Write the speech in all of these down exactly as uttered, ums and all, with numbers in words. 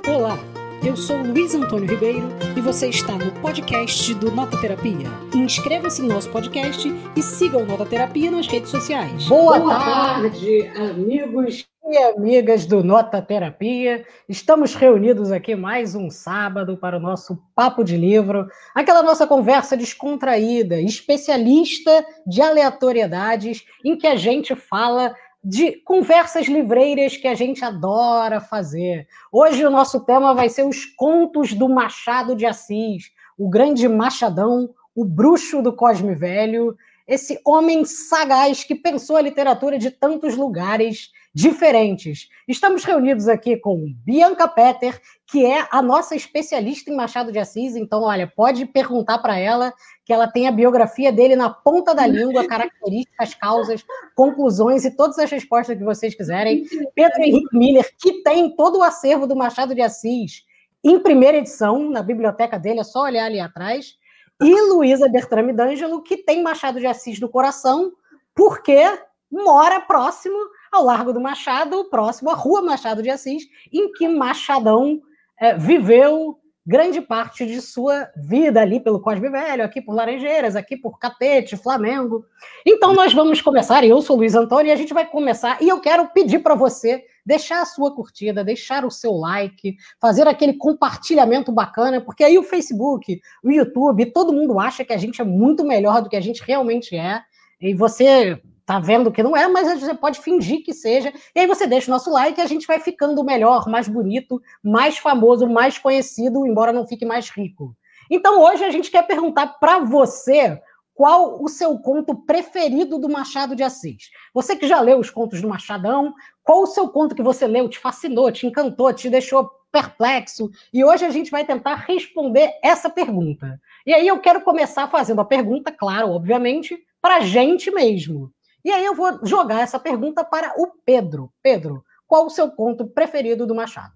Olá, eu sou Luiz Antônio Ribeiro e você está no podcast do Nota Terapia. Inscreva-se no nosso podcast e siga o Nota Terapia nas redes sociais. Boa, Boa tarde, amigos e amigas do Nota Terapia. Estamos reunidos aqui mais um sábado para o nosso Papo de Livro, aquela nossa conversa descontraída, especialista de aleatoriedades, em que a gente fala de conversas livreiras que a gente adora fazer. Hoje o nosso tema vai ser os contos do Machado de Assis, o grande Machadão, o bruxo do Cosme Velho, esse homem sagaz que pensou a literatura de tantos lugares diferentes. Estamos reunidos aqui com Bianca Petter, que é a nossa especialista em Machado de Assis, então, olha, pode perguntar para ela, que ela tem a biografia dele na ponta da língua, características, causas, conclusões e todas as respostas que vocês quiserem. Pedro Henrique Miller, que tem todo o acervo do Machado de Assis em primeira edição, na biblioteca dele, é só olhar ali atrás. E Luísa Bertrame D'Angelo, que tem Machado de Assis no coração, porque mora próximo ao Largo do Machado, próximo à Rua Machado de Assis, em que Machadão é, viveu grande parte de sua vida ali pelo Cosme Velho, aqui por Laranjeiras, aqui por Catete, Flamengo. Então nós vamos começar, eu sou Luiz Antônio, e a gente vai começar, e eu quero pedir para você deixar a sua curtida, deixar o seu like, fazer aquele compartilhamento bacana, porque aí o Facebook, o YouTube, todo mundo acha que a gente é muito melhor do que a gente realmente é, e você tá vendo que não é, mas você pode fingir que seja, e aí você deixa o nosso like e a gente vai ficando melhor, mais bonito, mais famoso, mais conhecido, embora não fique mais rico. Então hoje a gente quer perguntar para você qual o seu conto preferido do Machado de Assis. Você que já leu os contos do Machadão, qual o seu conto que você leu, te fascinou, te encantou, te deixou perplexo? E hoje a gente vai tentar responder essa pergunta. E aí eu quero começar fazendo a pergunta, claro, obviamente, para a gente mesmo. E aí eu vou jogar essa pergunta para o Pedro. Pedro, qual o seu conto preferido do Machado?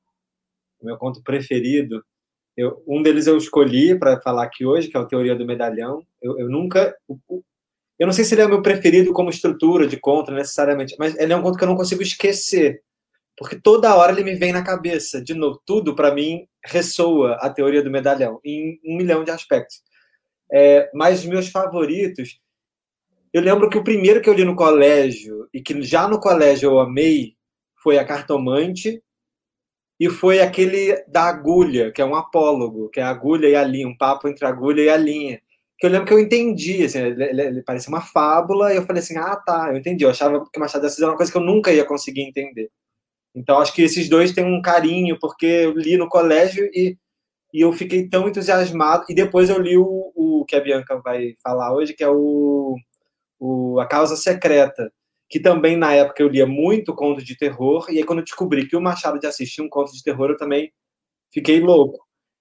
O meu conto preferido, eu, um deles eu escolhi para falar aqui hoje, que é o Teoria do Medalhão. Eu, eu nunca... Eu não sei se ele é o meu preferido como estrutura de conto, necessariamente, mas ele é um conto que eu não consigo esquecer, porque toda hora ele me vem na cabeça. De novo, tudo, para mim, ressoa a Teoria do Medalhão, em um milhão de aspectos. É, mas os meus favoritos... Eu lembro que o primeiro que eu li no colégio, e que já no colégio eu amei, foi A Cartomante, e foi aquele da agulha, que é um apólogo, que é a agulha e a linha, um papo entre a agulha e a linha. Que eu lembro que eu entendi, assim, ele, ele, ele parecia uma fábula, e eu falei assim, ah, tá, eu entendi. Eu achava que Machado de Assis era uma coisa que eu nunca ia conseguir entender. Então, acho que esses dois têm um carinho, porque eu li no colégio e, e eu fiquei tão entusiasmado. E depois eu li o, o que a Bianca vai falar hoje, que é o... O, A Causa Secreta, que também na época eu lia muito conto de terror, e aí quando eu descobri que o Machado de Assis tinha um conto de terror, eu também fiquei louco.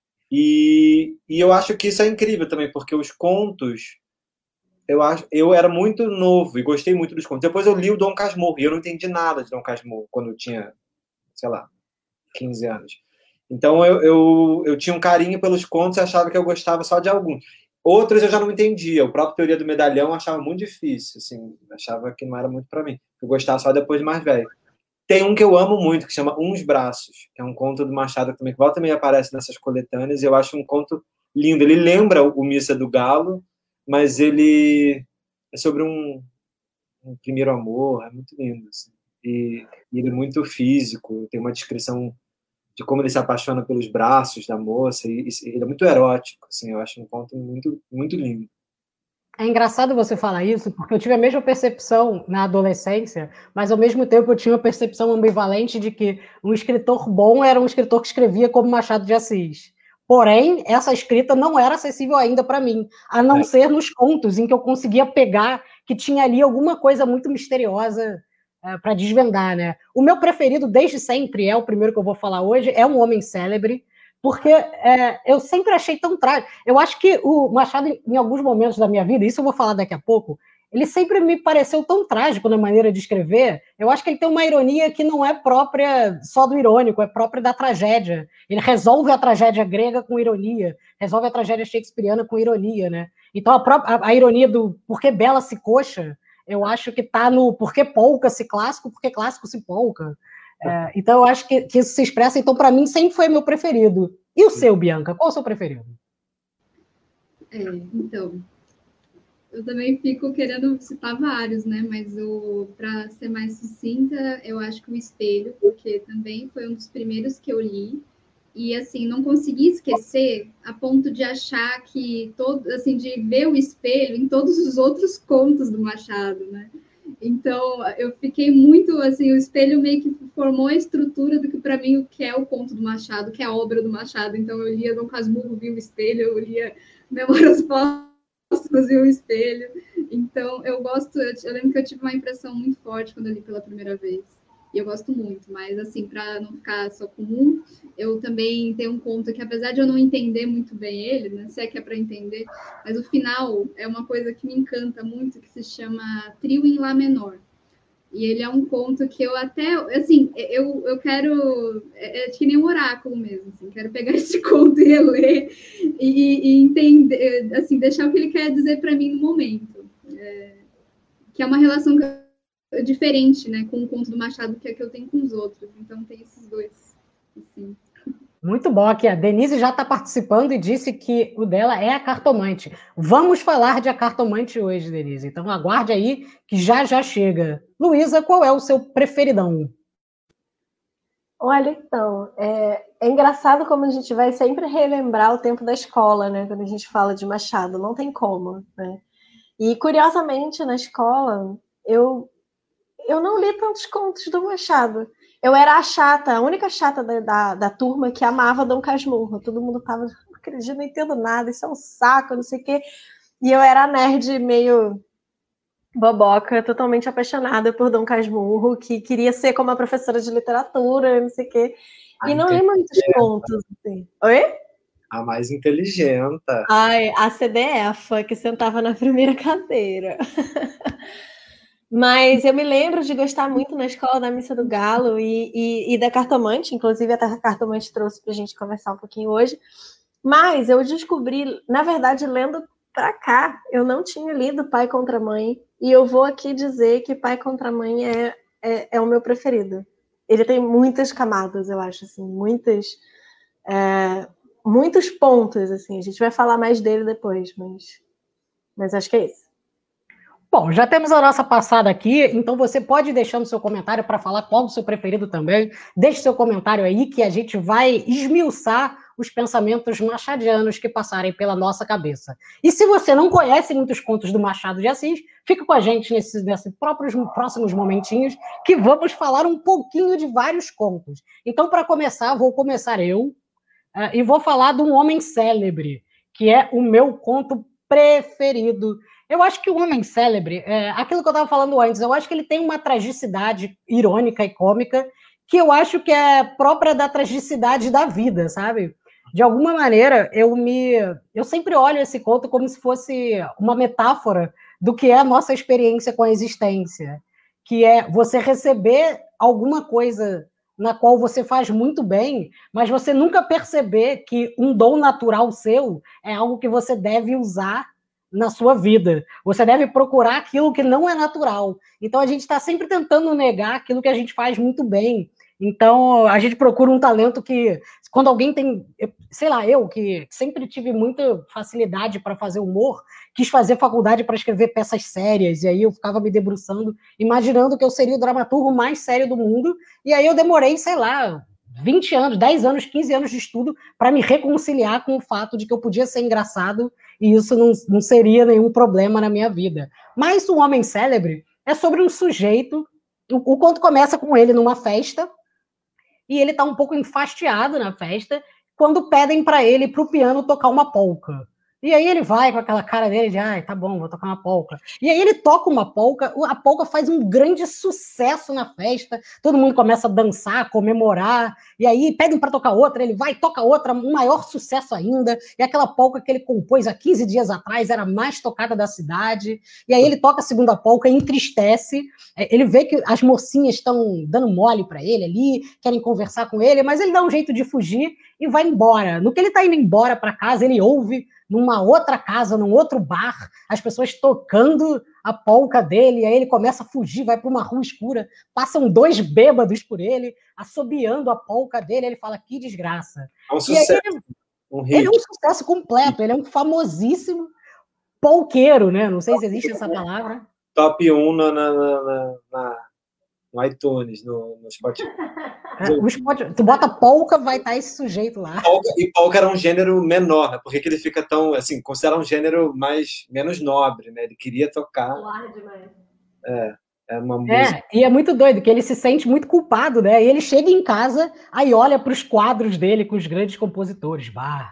E, e eu acho que isso é incrível também, porque os contos, eu, acho, eu era muito novo e gostei muito dos contos. Depois eu li o Dom Casmurro, e eu não entendi nada de Dom Casmurro quando eu tinha, sei lá, quinze anos. Então eu, eu, eu tinha um carinho pelos contos e achava que eu gostava só de alguns. Outros eu já não entendia. O próprio Teoria do Medalhão eu achava muito difícil, assim, achava que não era muito para mim. Eu gostava só depois de mais velho. Tem um que eu amo muito, que chama Uns Braços, que é um conto do Machado também, que volta também aparece nessas coletâneas, e eu acho um conto lindo. Ele lembra o Missa do Galo, mas ele é sobre um, um primeiro amor, é muito lindo, assim. E, e ele é muito físico, tem uma descrição de como ele se apaixona pelos braços da moça, e, e ele é muito erótico, assim, eu acho um conto muito, muito lindo. É engraçado você falar isso, porque eu tive a mesma percepção na adolescência, mas ao mesmo tempo eu tinha uma percepção ambivalente de que um escritor bom era um escritor que escrevia como Machado de Assis. Porém, essa escrita não era acessível ainda para mim, a não é. ser nos contos, em que eu conseguia pegar que tinha ali alguma coisa muito misteriosa é, para desvendar, né? O meu preferido desde sempre, é o primeiro que eu vou falar hoje, é Um Homem Célebre, porque é, eu sempre achei tão trágico. Eu acho que o Machado, em alguns momentos da minha vida, isso eu vou falar daqui a pouco, ele sempre me pareceu tão trágico na maneira de escrever. Eu acho que ele tem uma ironia que não é própria só do irônico, é própria da tragédia. Ele resolve a tragédia grega com ironia, resolve a tragédia shakespeariana com ironia, né? Então, a, própria, a, a ironia do por que bela se coxa, eu acho que está no por que polca se clássico, por que clássico se polca. É, então, eu acho que, que isso se expressa. Então, para mim, sempre foi meu preferido. E o seu, Bianca? Qual é o seu preferido? É, então... Eu também fico querendo citar vários, né? Mas para ser mais sucinta, eu acho que o Espelho, porque também foi um dos primeiros que eu li. E, assim, não consegui esquecer a ponto de achar que... todo, assim, de ver o espelho em todos os outros contos do Machado, né? Então, eu fiquei muito, assim, o espelho meio que formou a estrutura do que, para mim, o que é o conto do Machado, que é a obra do Machado. Então, eu lia Dom Casmurro, vi o Espelho, eu lia Memórias Póstumas e o Espelho. Então, eu gosto, eu, eu lembro que eu tive uma impressão muito forte quando eu li pela primeira vez. E eu gosto muito, mas, assim, para não ficar só comum, eu também tenho um conto que, apesar de eu não entender muito bem ele, né, se é que é para entender, mas o final é uma coisa que me encanta muito, que se chama Trio em Lá Menor. E ele é um conto que eu até, assim, eu, eu quero, é, é que nem um oráculo mesmo, assim, quero pegar esse conto e reler e, e entender, assim, deixar o que ele quer dizer para mim no momento. É, que é uma relação que eu diferente, né, com o conto do Machado que é que eu tenho com os outros. Então tem esses dois, assim. Muito bom aqui. A Denise já está participando e disse que o dela é a Cartomante. Vamos falar de A Cartomante hoje, Denise. Então aguarde aí que já já chega. Luísa, qual é o seu preferidão? Olha, então, é, é engraçado como a gente vai sempre relembrar o tempo da escola, né, quando a gente fala de Machado. Não tem como, né? E curiosamente na escola eu Eu não li tantos contos do Machado. Eu era a chata, a única chata da, da, da turma que amava Dom Casmurro. Todo mundo tava, não acredito, não entendo nada, isso é um saco, não sei o quê. E eu era a nerd meio boboca, totalmente apaixonada por Dom Casmurro, que queria ser como a professora de literatura, não sei o quê. E não li muitos contos. Assim. Oi? A mais inteligente. Ai, a C D F, que sentava na primeira cadeira. Mas eu me lembro de gostar muito na escola da Missa do Galo e, e, e da Cartomante, inclusive a Cartomante trouxe para a gente conversar um pouquinho hoje. Mas eu descobri, na verdade, lendo para cá, eu não tinha lido Pai contra Mãe, e eu vou aqui dizer que Pai contra Mãe é, é, é o meu preferido. Ele tem muitas camadas, eu acho, assim, muitas, é, muitos pontos, assim. A gente vai falar mais dele depois, mas, mas acho que é isso. Bom, já temos a nossa passada aqui, então você pode ir deixando seu comentário para falar qual o seu preferido também. Deixe seu comentário aí que a gente vai esmiuçar os pensamentos machadianos que passarem pela nossa cabeça. E se você não conhece muitos contos do Machado de Assis, fica com a gente nesses, nesses próprios, próximos momentinhos que vamos falar um pouquinho de vários contos. Então, para começar, vou começar eu uh, e vou falar de um homem célebre, que é o meu conto preferido. Eu acho que o Homem Célebre, é, aquilo que eu estava falando antes, eu acho que ele tem uma tragicidade irônica e cômica que eu acho que é própria da tragicidade da vida, sabe? De alguma maneira, eu me, eu sempre olho esse conto como se fosse uma metáfora do que é a nossa experiência com a existência, que é você receber alguma coisa na qual você faz muito bem, mas você nunca perceber que um dom natural seu é algo que você deve usar na sua vida. Você deve procurar aquilo que não é natural. Então, a gente está sempre tentando negar aquilo que a gente faz muito bem. Então, a gente procura um talento que, quando alguém tem, sei lá, eu, que sempre tive muita facilidade para fazer humor, quis fazer faculdade para escrever peças sérias, e aí eu ficava me debruçando, imaginando que eu seria o dramaturgo mais sério do mundo, e aí eu demorei, sei lá, vinte anos, dez anos, quinze anos de estudo para me reconciliar com o fato de que eu podia ser engraçado e isso não, não seria nenhum problema na minha vida. Mas O Homem Célebre é sobre um sujeito, o, o conto começa com ele numa festa, e ele está um pouco enfastiado na festa, quando pedem para ele, para o piano, tocar uma polca. E aí ele vai com aquela cara dele de, ai, tá bom, vou tocar uma polca. E aí ele toca uma polca, a polca faz um grande sucesso na festa, todo mundo começa a dançar, comemorar, e aí pedem para tocar outra, ele vai, toca outra, um maior sucesso ainda, e aquela polca que ele compôs há quinze dias atrás era a mais tocada da cidade, e aí ele toca a segunda polca, entristece, ele vê que as mocinhas estão dando mole para ele ali, querem conversar com ele, mas ele dá um jeito de fugir e vai embora. No que ele está indo embora para casa, ele ouve numa outra casa, num outro bar, as pessoas tocando a polca dele, aí ele começa a fugir, vai para uma rua escura, passam dois bêbados por ele, assobiando a polca dele, ele fala, que desgraça. É um sucesso, ele, um ele é um sucesso completo, ele é um famosíssimo polqueiro, né? Não sei se existe essa palavra. Top um na, na, na, na, no iTunes, no, no Spotify. É, o Spotify. Tu bota polca, vai estar esse sujeito lá. Polka, e polca era um gênero menor, né? Por que, que ele fica tão, assim, considera um gênero mais, menos nobre, né? Ele queria tocar. É, é uma música. É, e é muito doido, que ele se sente muito culpado, né? E ele chega em casa, aí olha para os quadros dele com os grandes compositores, Bach,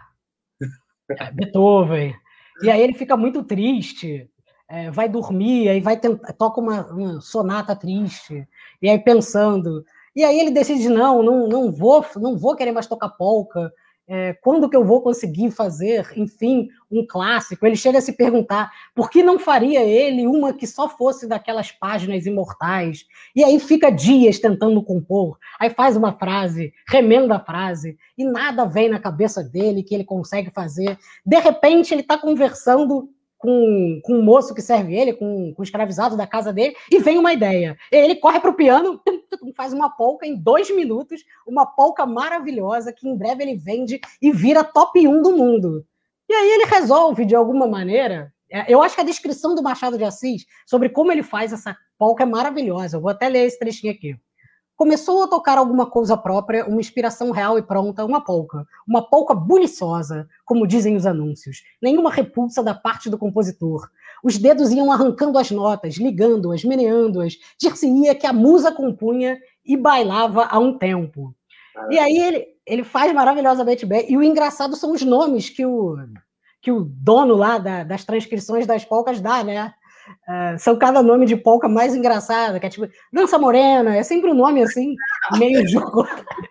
Beethoven, e aí ele fica muito triste. É, vai dormir, aí vai tentar, toca uma, uma sonata triste, e aí pensando, e aí ele decide, não, não, não, vou, não vou querer mais tocar polca, é, quando que eu vou conseguir fazer, enfim, um clássico? Ele chega a se perguntar, por que não faria ele uma que só fosse daquelas páginas imortais? E aí fica dias tentando compor, aí faz uma frase, remenda a frase, e nada vem na cabeça dele que ele consegue fazer. De repente ele está conversando com, com um moço que serve ele, com, com o escravizado da casa dele, e vem uma ideia. Ele corre para o piano, faz uma polca em dois minutos, uma polca maravilhosa, que em breve ele vende e vira top um do mundo. E aí ele resolve, de alguma maneira, eu acho que a descrição do Machado de Assis sobre como ele faz essa polca é maravilhosa. Eu vou até ler esse trechinho aqui. Começou a tocar alguma coisa própria, uma inspiração real e pronta, uma polca. Uma polca buliçosa, como dizem os anúncios. Nenhuma repulsa da parte do compositor. Os dedos iam arrancando as notas, ligando-as, meneando-as. Dir-se-ia que a musa compunha e bailava a um tempo. E aí ele, ele faz maravilhosamente bem. E o engraçado são os nomes que o, que o dono lá da, das transcrições das polcas dá, né? Uh, são cada nome de polca mais engraçado, que é tipo Dança Morena, é sempre um nome assim, meio jogo.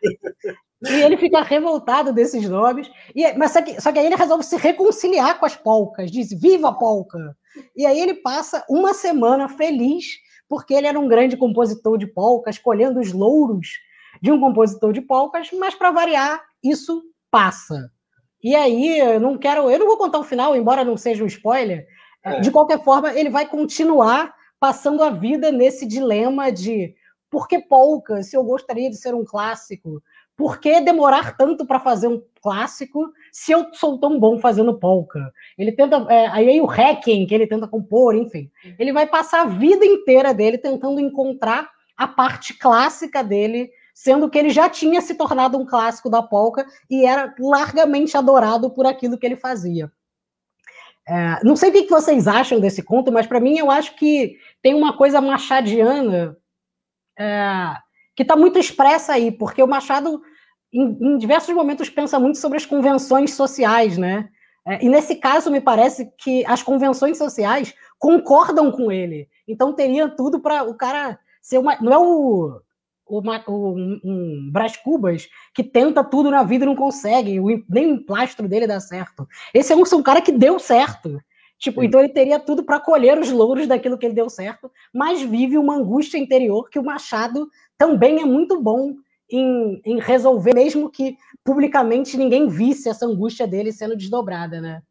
E ele fica revoltado desses nomes, e, mas só que, só que aí ele resolve se reconciliar com as polcas, diz viva a polca. E aí ele passa uma semana feliz, porque ele era um grande compositor de polcas, colhendo os louros de um compositor de polcas, mas para variar, isso passa. E aí, eu não quero, eu não vou contar o final, embora não seja um spoiler. É. De qualquer forma, ele vai continuar passando a vida nesse dilema de por que polca, se eu gostaria de ser um clássico? Por que demorar tanto para fazer um clássico se eu sou tão bom fazendo polca? Ele tenta, é, aí o Requiem que ele tenta compor, enfim. Ele vai passar a vida inteira dele tentando encontrar a parte clássica dele, sendo que ele já tinha se tornado um clássico da polca e era largamente adorado por aquilo que ele fazia. É, não sei o que vocês acham desse conto, mas para mim eu acho que tem uma coisa machadiana é, que está muito expressa aí, porque o Machado, em, em diversos momentos, pensa muito sobre as convenções sociais, né? É, e nesse caso, me parece que as convenções sociais concordam com ele. Então teria tudo para o cara ser uma... Não é o... Uma, um, um Brás Cubas que tenta tudo na vida e não consegue, o, nem o emplastro dele dá certo. Esse é um, um cara que deu certo. Tipo, então ele teria tudo para colher os louros daquilo que ele deu certo, mas vive uma angústia interior que o Machado também é muito bom em, em resolver, mesmo que publicamente ninguém visse essa angústia dele sendo desdobrada, né?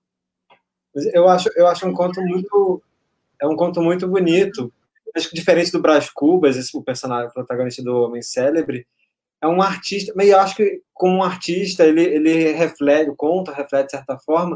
Eu acho, eu acho um conto muito... É um conto muito bonito. Acho que diferente do Brás Cubas, esse, o personagem o protagonista do Homem Célebre, é um artista, mas eu acho que como um artista ele, ele reflete, o conto reflete de certa forma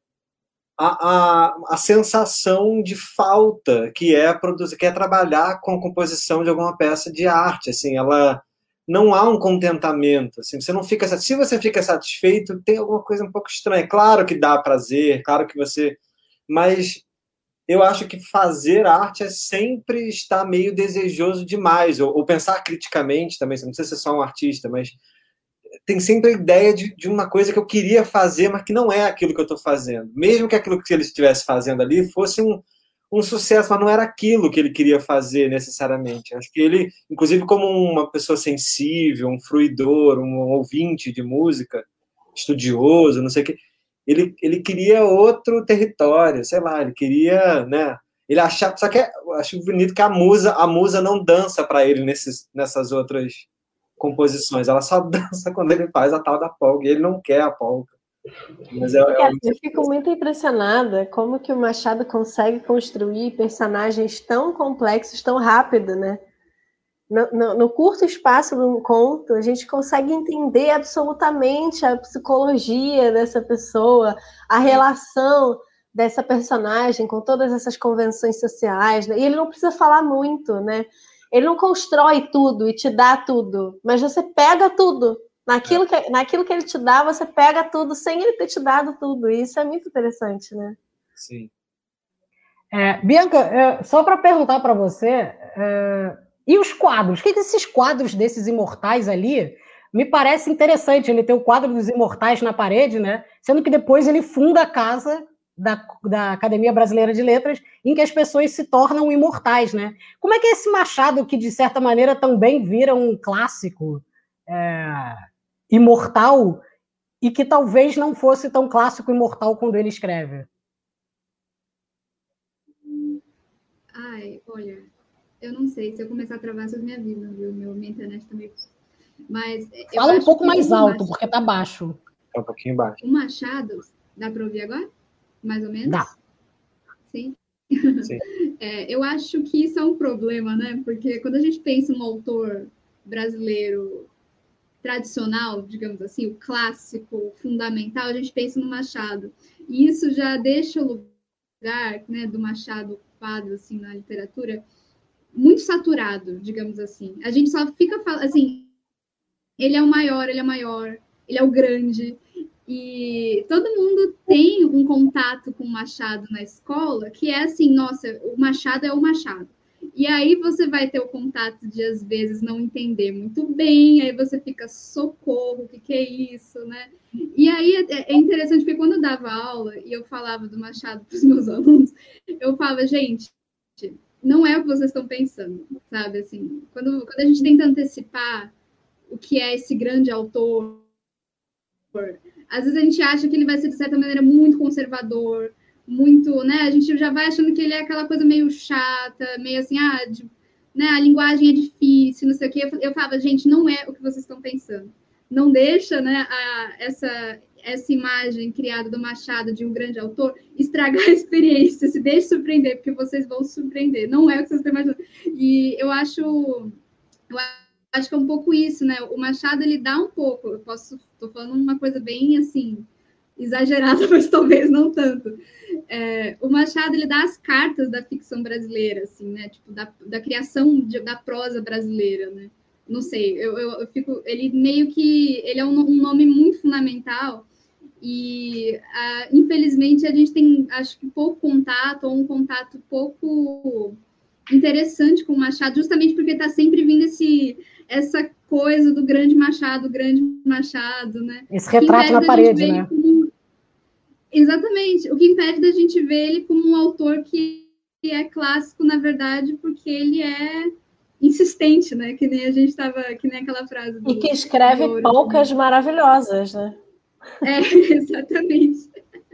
a, a, a sensação de falta que é produzir, que é trabalhar com a composição de alguma peça de arte, assim, ela não há um contentamento, assim, você não fica, se você fica satisfeito, tem alguma coisa um pouco estranha. Claro que dá prazer, claro que você, mas eu acho que fazer arte é sempre estar meio desejoso demais, ou, ou pensar criticamente também, não sei se é só um artista, mas tem sempre a ideia de, de uma coisa que eu queria fazer, mas que não é aquilo que eu estou fazendo. Mesmo que aquilo que ele estivesse fazendo ali fosse um, um sucesso, mas não era aquilo que ele queria fazer necessariamente. Acho que ele, inclusive como uma pessoa sensível, um fruidor, um ouvinte de música, estudioso, não sei o que, Ele, ele queria outro território, sei lá, ele queria, né? Ele achava, só que eu acho bonito que a musa, a musa não dança para ele nesses, nessas outras composições, ela só dança quando ele faz a tal da polca, e ele não quer a polca. Mas é, é um... Eu fico muito impressionada como que o Machado consegue construir personagens tão complexos, tão rápido, né? No, no, no curto espaço de um conto, a gente consegue entender absolutamente a psicologia dessa pessoa, a relação dessa personagem com todas essas convenções sociais, né? E ele não precisa falar muito, né? Ele não constrói tudo e te dá tudo, mas você pega tudo. Naquilo que, naquilo que ele te dá, você pega tudo sem ele ter te dado tudo. E isso é muito interessante, né? Sim. É, Bianca, é, só para perguntar para você, é, e os quadros? O que desses quadros desses imortais ali me parece interessante? Ele tem o quadro dos imortais na parede, né? Sendo que depois ele funda a casa da, da Academia Brasileira de Letras, em que as pessoas se tornam imortais, né? Como é que é esse Machado, que de certa maneira também vira um clássico é, imortal, e que talvez não fosse tão clássico imortal quando ele escreve? Ai, olha, eu não sei, se eu começar a travar, vocês me avisam, viu? Meu, minha internet também. Mas eu Fala um acho pouco que mais o alto, Machado, porque tá baixo. Tá um pouquinho baixo. o Machado, dá para ouvir agora? Mais ou menos? Dá. Sim. Sim. É, eu acho que isso é um problema, né? Porque quando a gente pensa num autor brasileiro tradicional, digamos assim, o clássico, fundamental, a gente pensa no Machado. E isso já deixa o lugar, né, do Machado ocupado assim, na literatura muito saturado, digamos assim. A gente só fica falando assim, ele é o maior, ele é o maior, ele é o grande. E todo mundo tem um contato com o Machado na escola, que é assim, nossa, o Machado é o Machado. E aí você vai ter o contato de, às vezes, não entender muito bem, aí você fica, socorro, o que, que é isso, né? E aí é interessante, porque quando eu dava aula e eu falava do Machado para os meus alunos, eu falava, gente, não é o que vocês estão pensando, sabe? Assim, quando, quando a gente tenta antecipar o que é esse grande autor, às vezes a gente acha que ele vai ser, de certa maneira, muito conservador, muito, né? A gente já vai achando que ele é aquela coisa meio chata, meio assim, ah, de, né? A linguagem é difícil, não sei o quê. Eu falava, gente, não é o que vocês estão pensando. Não deixa, né, a, essa, essa imagem criada do Machado de um grande autor estragar a experiência, se deixe surpreender, porque vocês vão se surpreender. Não é o que vocês estão imaginando. E eu acho... Eu acho que é um pouco isso, né? O Machado, ele dá um pouco, eu posso, tô falando uma coisa bem, assim, exagerada, mas talvez não tanto. É, o Machado, ele dá as cartas da ficção brasileira, assim, né? Tipo, da, da criação de, da prosa brasileira, né? Não sei, eu, eu, eu fico... Ele meio que... Ele é um, um nome muito fundamental e, uh, infelizmente, a gente tem, acho que, pouco contato, ou um contato pouco interessante com o Machado, justamente porque está sempre vindo esse... essa coisa do grande Machado, grande Machado, né? Esse retrato na parede, né? Como... Exatamente. O que impede da gente ver ele como um autor que é clássico, na verdade, porque ele é insistente, né? Que nem a gente estava, que nem aquela frase do... E que escreve poucas maravilhosas, né? É, exatamente.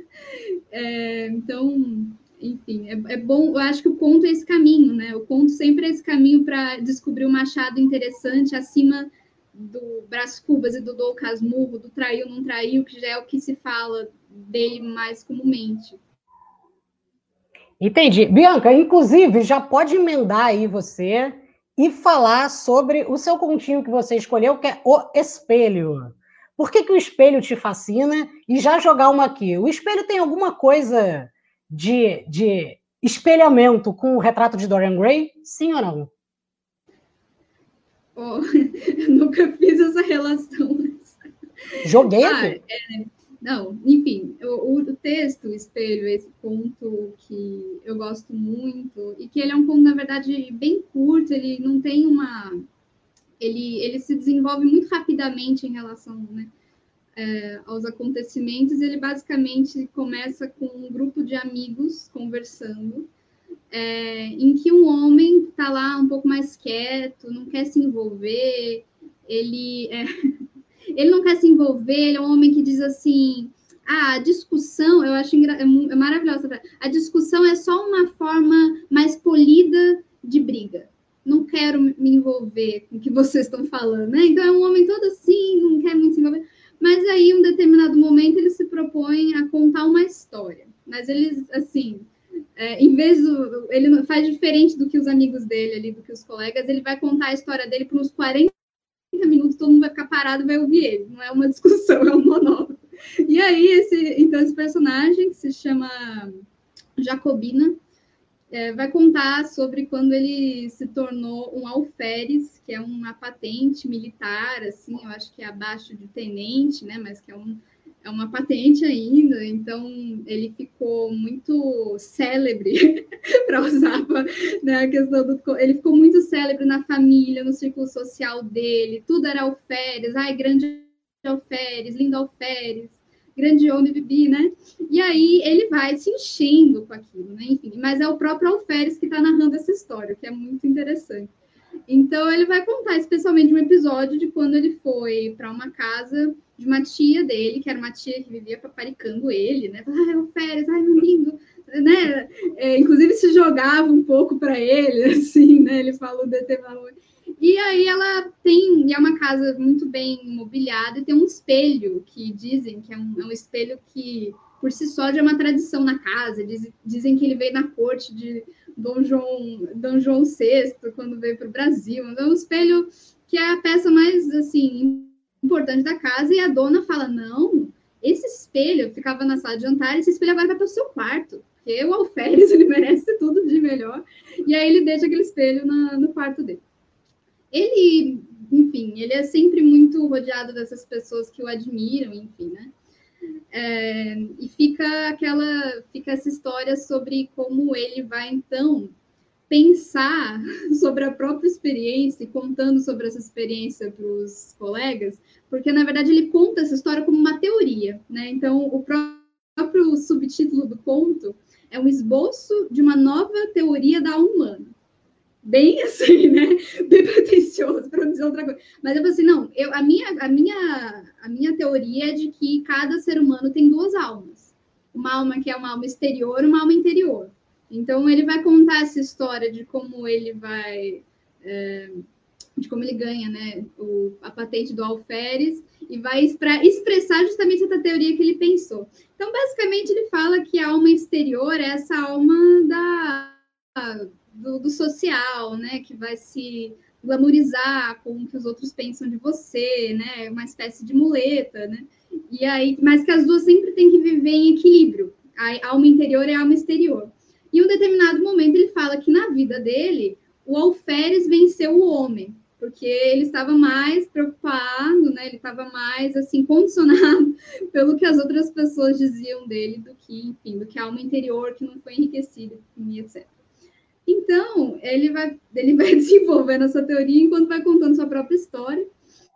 É, então... Enfim, é, é bom, eu acho que o conto é esse caminho, né? O conto sempre é esse caminho para descobrir o Machado interessante acima do Brás Cubas e do Dom Casmurro, do traiu, não traiu, que já é o que se fala dele mais comumente. Entendi. Bianca, inclusive, já pode emendar aí você e falar sobre o seu continho que você escolheu, que é O Espelho. Por que, que o espelho te fascina? E já jogar uma aqui. O espelho tem alguma coisa... De, de espelhamento com o retrato de Dorian Gray? Sim ou não? Oh, eu nunca fiz essa relação. Joguei ah, aqui. É, não, enfim, o, o texto, o espelho, esse conto que eu gosto muito, e que ele é um conto, na verdade, bem curto, ele não tem uma... Ele, ele se desenvolve muito rapidamente em relação, né, É, aos acontecimentos. Ele basicamente começa com um grupo de amigos conversando, é, em que um homem está lá um pouco mais quieto, não quer se envolver, ele, é, ele não quer se envolver, ele é um homem que diz assim, ah, a discussão, eu acho engra... é maravilhosa, a discussão é só uma forma mais polida de briga. Não quero me envolver com o que vocês estão falando, né? Então é um homem todo assim, não quer muito se envolver. Mas aí, em um determinado momento, ele se propõe a contar uma história. Mas eles, assim, é, em vez do... Ele faz diferente do que os amigos dele ali, do que os colegas, ele vai contar a história dele por uns quarenta minutos, todo mundo vai ficar parado e vai ouvir ele. Não é uma discussão, é um monólogo. E aí, esse, então, esse personagem, que se chama Jacobina, é, vai contar sobre quando ele se tornou um alferes, que é uma patente militar, assim, eu acho que é abaixo de tenente, né, mas que é, um, é uma patente ainda, então ele ficou muito célebre, para usar, né, a questão do... Ele ficou muito célebre na família, no círculo social dele, tudo era alferes, ai, grande alferes, lindo alferes, grande homem Bibi, né? E aí ele vai se enchendo com aquilo, né? Enfim, mas é o próprio alferes que está narrando essa história, que é muito interessante. Então ele vai contar especialmente um episódio de quando ele foi para uma casa de uma tia dele, que era uma tia que vivia paparicando ele, né? Ai, alferes, ai, meu lindo, né? É, inclusive se jogava um pouco para ele, assim, né? Ele falou de ter valor. E aí ela tem, e é uma casa muito bem mobiliada, e tem um espelho, que dizem que é um, é um espelho que, por si só, já é uma tradição na casa. Diz, dizem que ele veio na corte de Dom João, Dom João sexto, quando veio para o Brasil. É um espelho que é a peça mais, assim, importante da casa, e a dona fala, não, esse espelho ficava na sala de jantar, esse espelho agora vai para o seu quarto, porque o alferes, ele merece tudo de melhor. E aí ele deixa aquele espelho na, no quarto dele. Ele, enfim, ele é sempre muito rodeado dessas pessoas que o admiram, enfim, né? É, e fica aquela, fica essa história sobre como ele vai, então, pensar sobre a própria experiência e contando sobre essa experiência para os colegas, porque, na verdade, ele conta essa história como uma teoria, né? Então, o próprio subtítulo do conto é um esboço de uma nova teoria da alma humana. Bem assim, né? Bem pretencioso, para não dizer outra coisa. Mas eu falei assim, não, eu, a, minha, a, minha, a minha teoria é de que cada ser humano tem duas almas. Uma alma que é uma alma exterior e uma alma interior. Então, ele vai contar essa história de como ele vai... É, de como ele ganha, né, o, a patente do alferes e vai expre- expressar justamente essa teoria que ele pensou. Então, basicamente, ele fala que a alma exterior é essa alma da... Do, do social, né, que vai se glamourizar com o que os outros pensam de você, né, uma espécie de muleta, né, e aí, mas que as duas sempre têm que viver em equilíbrio, a alma interior e a alma exterior. E em um determinado momento ele fala que na vida dele, o alferes venceu o homem, porque ele estava mais preocupado, né, ele estava mais, assim, condicionado pelo que as outras pessoas diziam dele, do que, enfim, do que a alma interior que não foi enriquecida, e etcétera. Então, ele vai, ele vai desenvolvendo essa teoria enquanto vai contando sua própria história.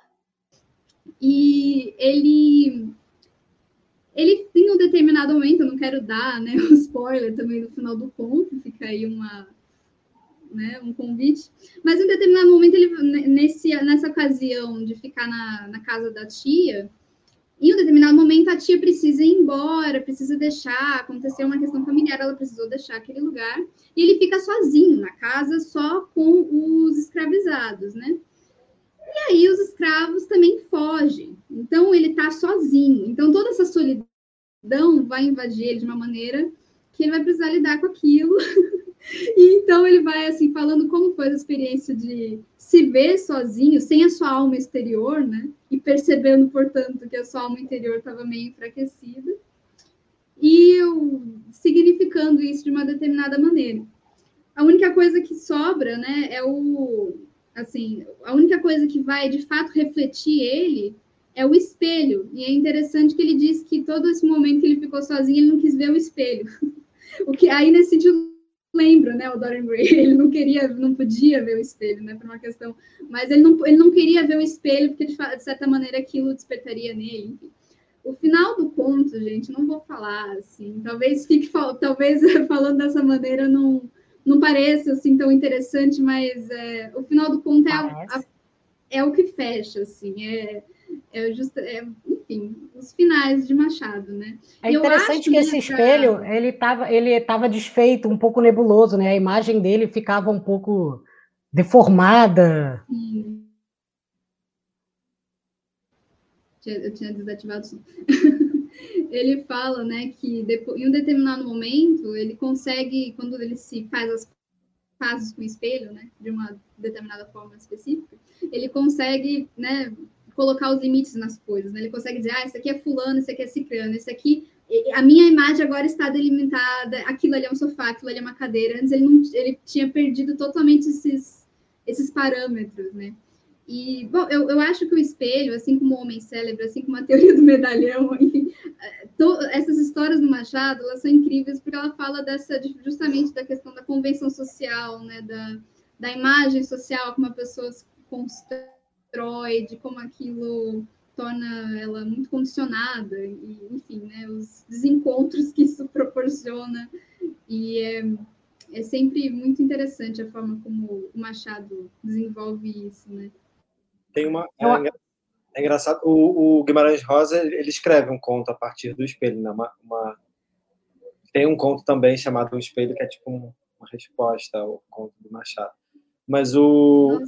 E ele, ele em um determinado momento, eu não quero dar, né, um spoiler também no final do conto, fica aí uma, né, um convite. Mas em um determinado momento, ele, nesse, nessa ocasião de ficar na, na casa da tia, em um determinado momento, a tia precisa ir embora, precisa deixar, aconteceu uma questão familiar, ela precisou deixar aquele lugar, e ele fica sozinho na casa, só com os escravizados, né? E aí os escravos também fogem, então ele tá sozinho. Então toda essa solidão vai invadir ele de uma maneira que ele vai precisar lidar com aquilo. E então ele vai, assim, falando como foi a experiência de se ver sozinho, sem a sua alma exterior, né? E percebendo, portanto, que a sua alma interior estava meio enfraquecida. E eu, significando isso de uma determinada maneira. A única coisa que sobra, né, é o... Assim, a única coisa que vai, de fato, refletir ele é o espelho. E é interessante que ele diz que todo esse momento que ele ficou sozinho, ele não quis ver o espelho. O que aí, nesse sentido, lembra, né, o Dorian Gray, ele não queria, não podia ver o espelho, né, por uma questão, mas ele não, ele não queria ver o espelho, porque, de, de certa maneira, aquilo despertaria nele, enfim. O final do conto, gente, não vou falar, assim, talvez fique, talvez falando dessa maneira não, não pareça, assim, tão interessante, mas é, o final do conto é, a, a, é o que fecha, assim, é... É just, é, enfim, os finais de Machado, né? É interessante acho, que esse né, espelho, pra... ele estava ele tava desfeito, um pouco nebuloso, né? A imagem dele ficava um pouco deformada. Sim. Eu tinha desativado o som. ele fala, né, que depois, em um determinado momento ele consegue, quando ele se faz as pazes com o espelho, né, de uma determinada forma específica, ele consegue, né, colocar os limites nas coisas, né? Ele consegue dizer, ah, isso aqui é fulano, isso aqui é ciclano, isso aqui, a minha imagem agora está delimitada, aquilo ali é um sofá, aquilo ali é uma cadeira. Antes ele, não, ele tinha perdido totalmente esses, esses parâmetros, né? E, bom, eu, eu acho que o espelho, assim como o homem célebre, assim como a teoria do medalhão, enfim, to, essas histórias do Machado, elas são incríveis porque ela fala dessa, justamente da questão da convenção social, né, da, da imagem social, como a pessoa se constrói, de como aquilo torna ela muito condicionada, e, enfim, né, os desencontros que isso proporciona. E é, é sempre muito interessante a forma como o Machado desenvolve isso, né? Tem uma... É, é engraçado, o, o Guimarães Rosa, ele escreve um conto a partir do espelho, né? Uma, uma... Tem um conto também chamado O Espelho, que é tipo uma resposta ao conto do Machado. Mas o...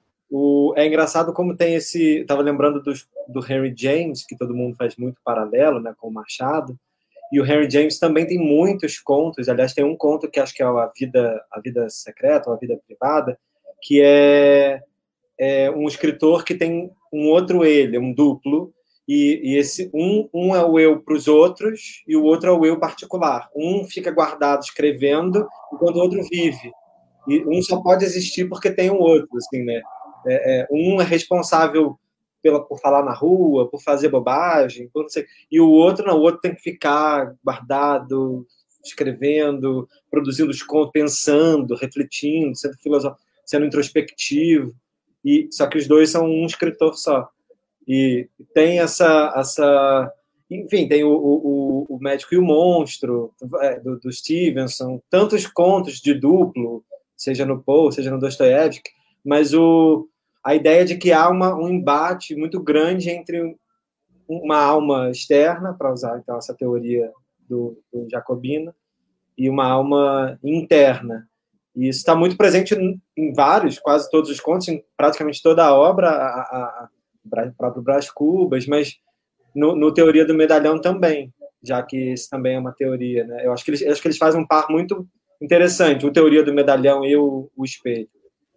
O, é engraçado como tem esse... Estava lembrando do, do Henry James, que todo mundo faz muito paralelo, né, com o Machado. E o Henry James também tem muitos contos. Aliás, tem um conto que acho que é a Vida, a Vida Secreta, ou a Vida Privada, que é, é um escritor que tem um outro ele, um duplo. E, e esse um, um é o eu para os outros e o outro é o eu particular. Um fica guardado escrevendo, enquanto o outro vive. E um só pode existir porque tem um outro, assim, né? É, é, um é responsável pela, por falar na rua, por fazer bobagem, por não sei, e o outro não, o outro tem que ficar guardado, escrevendo, produzindo os contos, pensando, refletindo, sendo filosófico, sendo introspectivo, e, só que os dois são um escritor só. E tem essa... essa enfim, tem o, o, o Médico e o Monstro, do, do Stevenson, tantos contos de duplo, seja no Poe, seja no Dostoiévski, mas o, a ideia de que há uma, um embate muito grande entre uma alma externa, para usar então essa teoria do, do Jacobino, e uma alma interna. E isso está muito presente em, em vários, quase todos os contos, em praticamente toda a obra, a, a, a, o próprio Brás Cubas, mas no, no Teoria do Medalhão também, já que isso também é uma teoria, né? Eu acho que eles, acho que eles fazem um par muito interessante, o Teoria do Medalhão e o, o Espelho.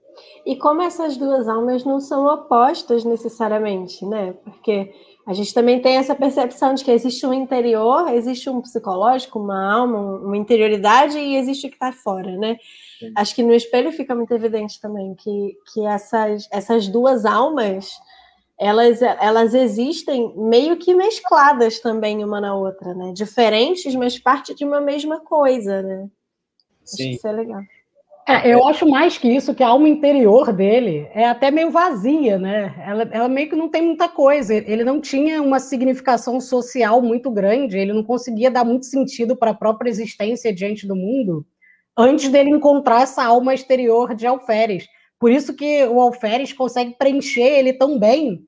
E como essas duas almas não são opostas necessariamente, né? Porque a gente também tem essa percepção de que existe um interior, existe um psicológico, uma alma, uma interioridade e existe o que está fora, né? Sim. Acho que no espelho fica muito evidente também que, que essas, essas duas almas, elas, elas existem meio que mescladas também uma na outra, né? Diferentes, mas parte de uma mesma coisa, né? Sim. Acho que isso é legal. É, eu acho mais que isso, que a alma interior dele é até meio vazia, né? Ela, ela meio que não tem muita coisa. Ele não tinha uma significação social muito grande, ele não conseguia dar muito sentido para a própria existência diante do mundo antes dele encontrar essa alma exterior de Alferes. Por isso que o Alferes consegue preencher ele tão bem,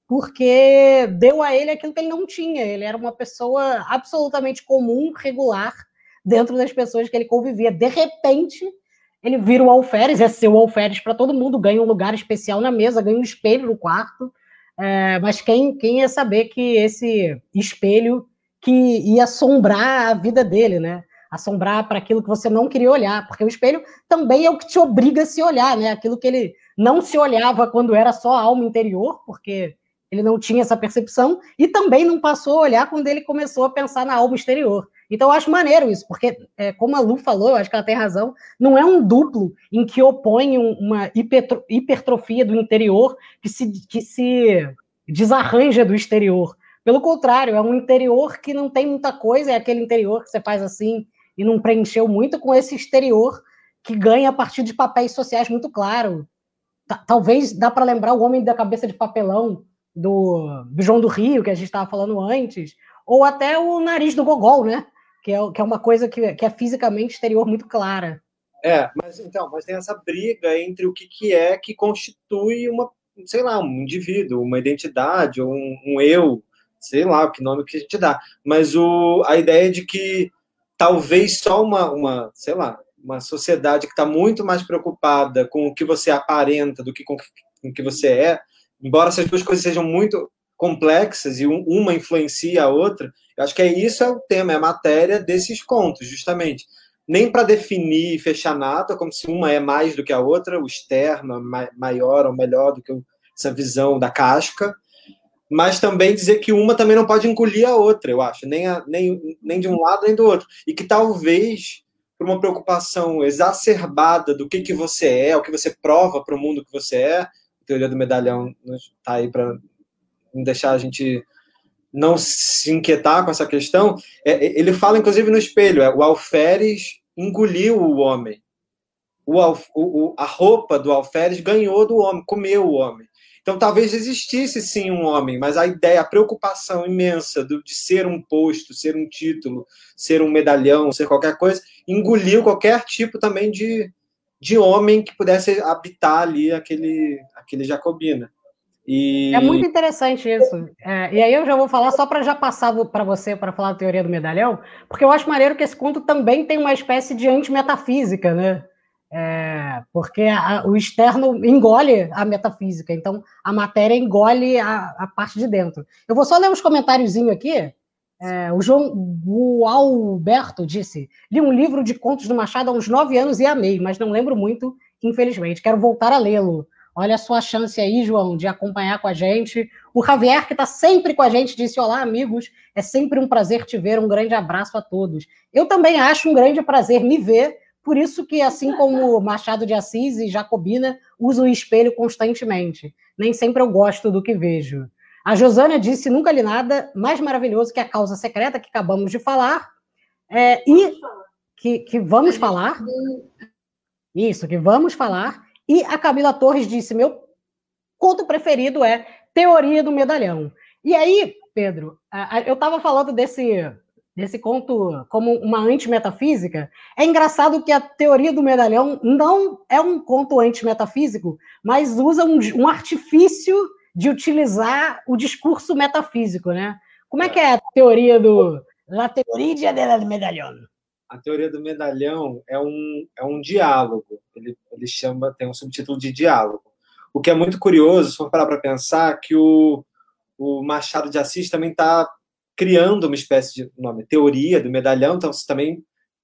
porque deu a ele aquilo que ele não tinha. Ele era uma pessoa absolutamente comum, regular, dentro das pessoas que ele convivia. De repente... ele vira o Alferes, é seu Alferes para todo mundo, ganha um lugar especial na mesa, ganha um espelho no quarto, é, mas quem, quem ia saber que esse espelho que ia assombrar a vida dele, né? Assombrar para aquilo que você não queria olhar, porque o espelho também é o que te obriga a se olhar, né? Aquilo que ele não se olhava quando era só a alma interior, porque ele não tinha essa percepção, e também não passou a olhar quando ele começou a pensar na alma exterior. Então, eu acho maneiro isso, porque, é, como a Lu falou, eu acho que ela tem razão, não é um duplo em que opõe um, uma hipertro, hipertrofia do interior que se, que se desarranja do exterior. Pelo contrário, é um interior que não tem muita coisa, é aquele interior que você faz assim e não preencheu muito, com esse exterior que ganha a partir de papéis sociais muito claros. Talvez dá para lembrar o Homem da Cabeça de Papelão, do, do João do Rio, que a gente estava falando antes, ou até o Nariz do Gogol, né? Que é, que é uma coisa que, que é fisicamente exterior muito clara. É, mas então, mas tem essa briga entre o que, que é que constitui uma, sei lá, um indivíduo, uma identidade, ou um, um eu, sei lá, o que nome que a gente dá. Mas o, a ideia de que talvez só uma, uma sei lá, uma sociedade que está muito mais preocupada com o que você aparenta do que com o que você é, embora essas duas coisas sejam muito complexas e uma influencia a outra, Eu acho que é isso é o tema, é a matéria desses contos, justamente. Nem para definir e fechar nada, como se uma é mais do que a outra, o externo é maior ou melhor do que essa visão da casca, mas também dizer que uma também não pode engolir a outra, eu acho, nem, a, nem, nem de um lado nem do outro. E que talvez, por uma preocupação exacerbada do que, que você é, o que você prova para o mundo que você é, a teoria do medalhão está aí para não deixar a gente não se inquietar com essa questão. É, ele fala, inclusive, no espelho, é, o alferes engoliu o homem. O, o, a roupa do alferes ganhou do homem, comeu o homem. Então, talvez existisse, sim, um homem, mas a ideia, a preocupação imensa do, de ser um posto, ser um título, ser um medalhão, ser qualquer coisa, engoliu qualquer tipo também de, de homem que pudesse habitar ali aquele, aquele Jacobina. E... É muito interessante isso. É, e aí eu já vou falar, só para já passar para você, para falar da teoria do medalhão, porque eu acho maneiro que esse conto também tem uma espécie de antimetafísica, né? É, porque a, o externo engole a metafísica, então a matéria engole a, a parte de dentro. Eu vou só ler uns comentáriozinhos aqui. É, o João o Alberto disse: li um livro de contos do Machado há uns nove anos e amei, mas não lembro muito, infelizmente. Quero voltar a lê-lo. Olha a sua chance aí, João, de acompanhar com a gente. O Javier, que está sempre com a gente, disse: olá, amigos, é sempre um prazer te ver, um grande abraço a todos. Eu também acho um grande prazer me ver. Por isso que, assim como Machado de Assis e Jacobina, uso o espelho constantemente. Nem sempre eu gosto do que vejo. A Josânia disse: nunca li nada mais maravilhoso que A Causa Secreta, que acabamos de falar. É, e que, que vamos falar. Isso, que vamos falar. E a Camila Torres disse: meu conto preferido é Teoria do Medalhão. E aí, Pedro, eu estava falando desse... desse conto como uma antimetafísica. É engraçado que a teoria do medalhão não é um conto antimetafísico, mas usa um, um artifício de utilizar o discurso metafísico, né? Como é que é a teoria do... La teoria do medalhão? A teoria do medalhão é um, é um diálogo. Ele, ele chama, tem um subtítulo de diálogo. O que é muito curioso, se for parar para pensar, que o, o Machado de Assis também está criando uma espécie de nome, teoria do medalhão, então você também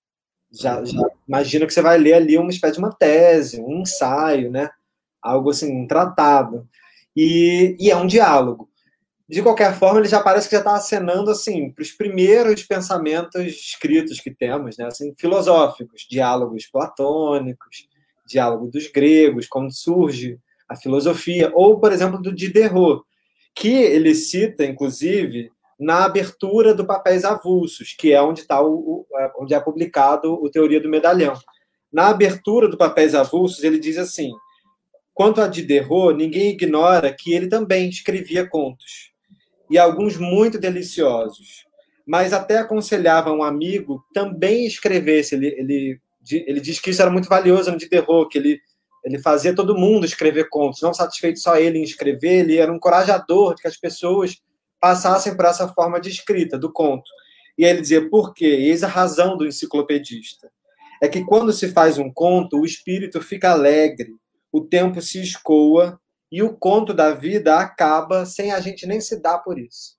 já, já imagina que você vai ler ali uma espécie de uma tese, um ensaio, né? Algo assim, um tratado. E, e é um diálogo. De qualquer forma, ele já parece que já está acenando assim, para os primeiros pensamentos escritos que temos, né? Assim, filosóficos, diálogos platônicos, diálogo dos gregos, como surge a filosofia, ou, por exemplo, do Diderot, que ele cita, inclusive, na abertura do Papéis Avulsos, que é onde, tá o, onde é publicado o Teoria do Medalhão. Na abertura do Papéis Avulsos, ele diz assim: quanto a Diderot, ninguém ignora que ele também escrevia contos, e alguns muito deliciosos, mas até aconselhava um amigo também escrevesse. Ele, ele, ele diz que isso era muito valioso no Diderot, que ele, ele fazia todo mundo escrever contos, não satisfeito só ele em escrever, ele era um encorajador de que as pessoas passassem por essa forma de escrita do conto. E aí ele dizia: por quê? E eis a razão do enciclopedista. É que quando se faz um conto, o espírito fica alegre, o tempo se escoa e o conto da vida acaba sem a gente nem se dar por isso.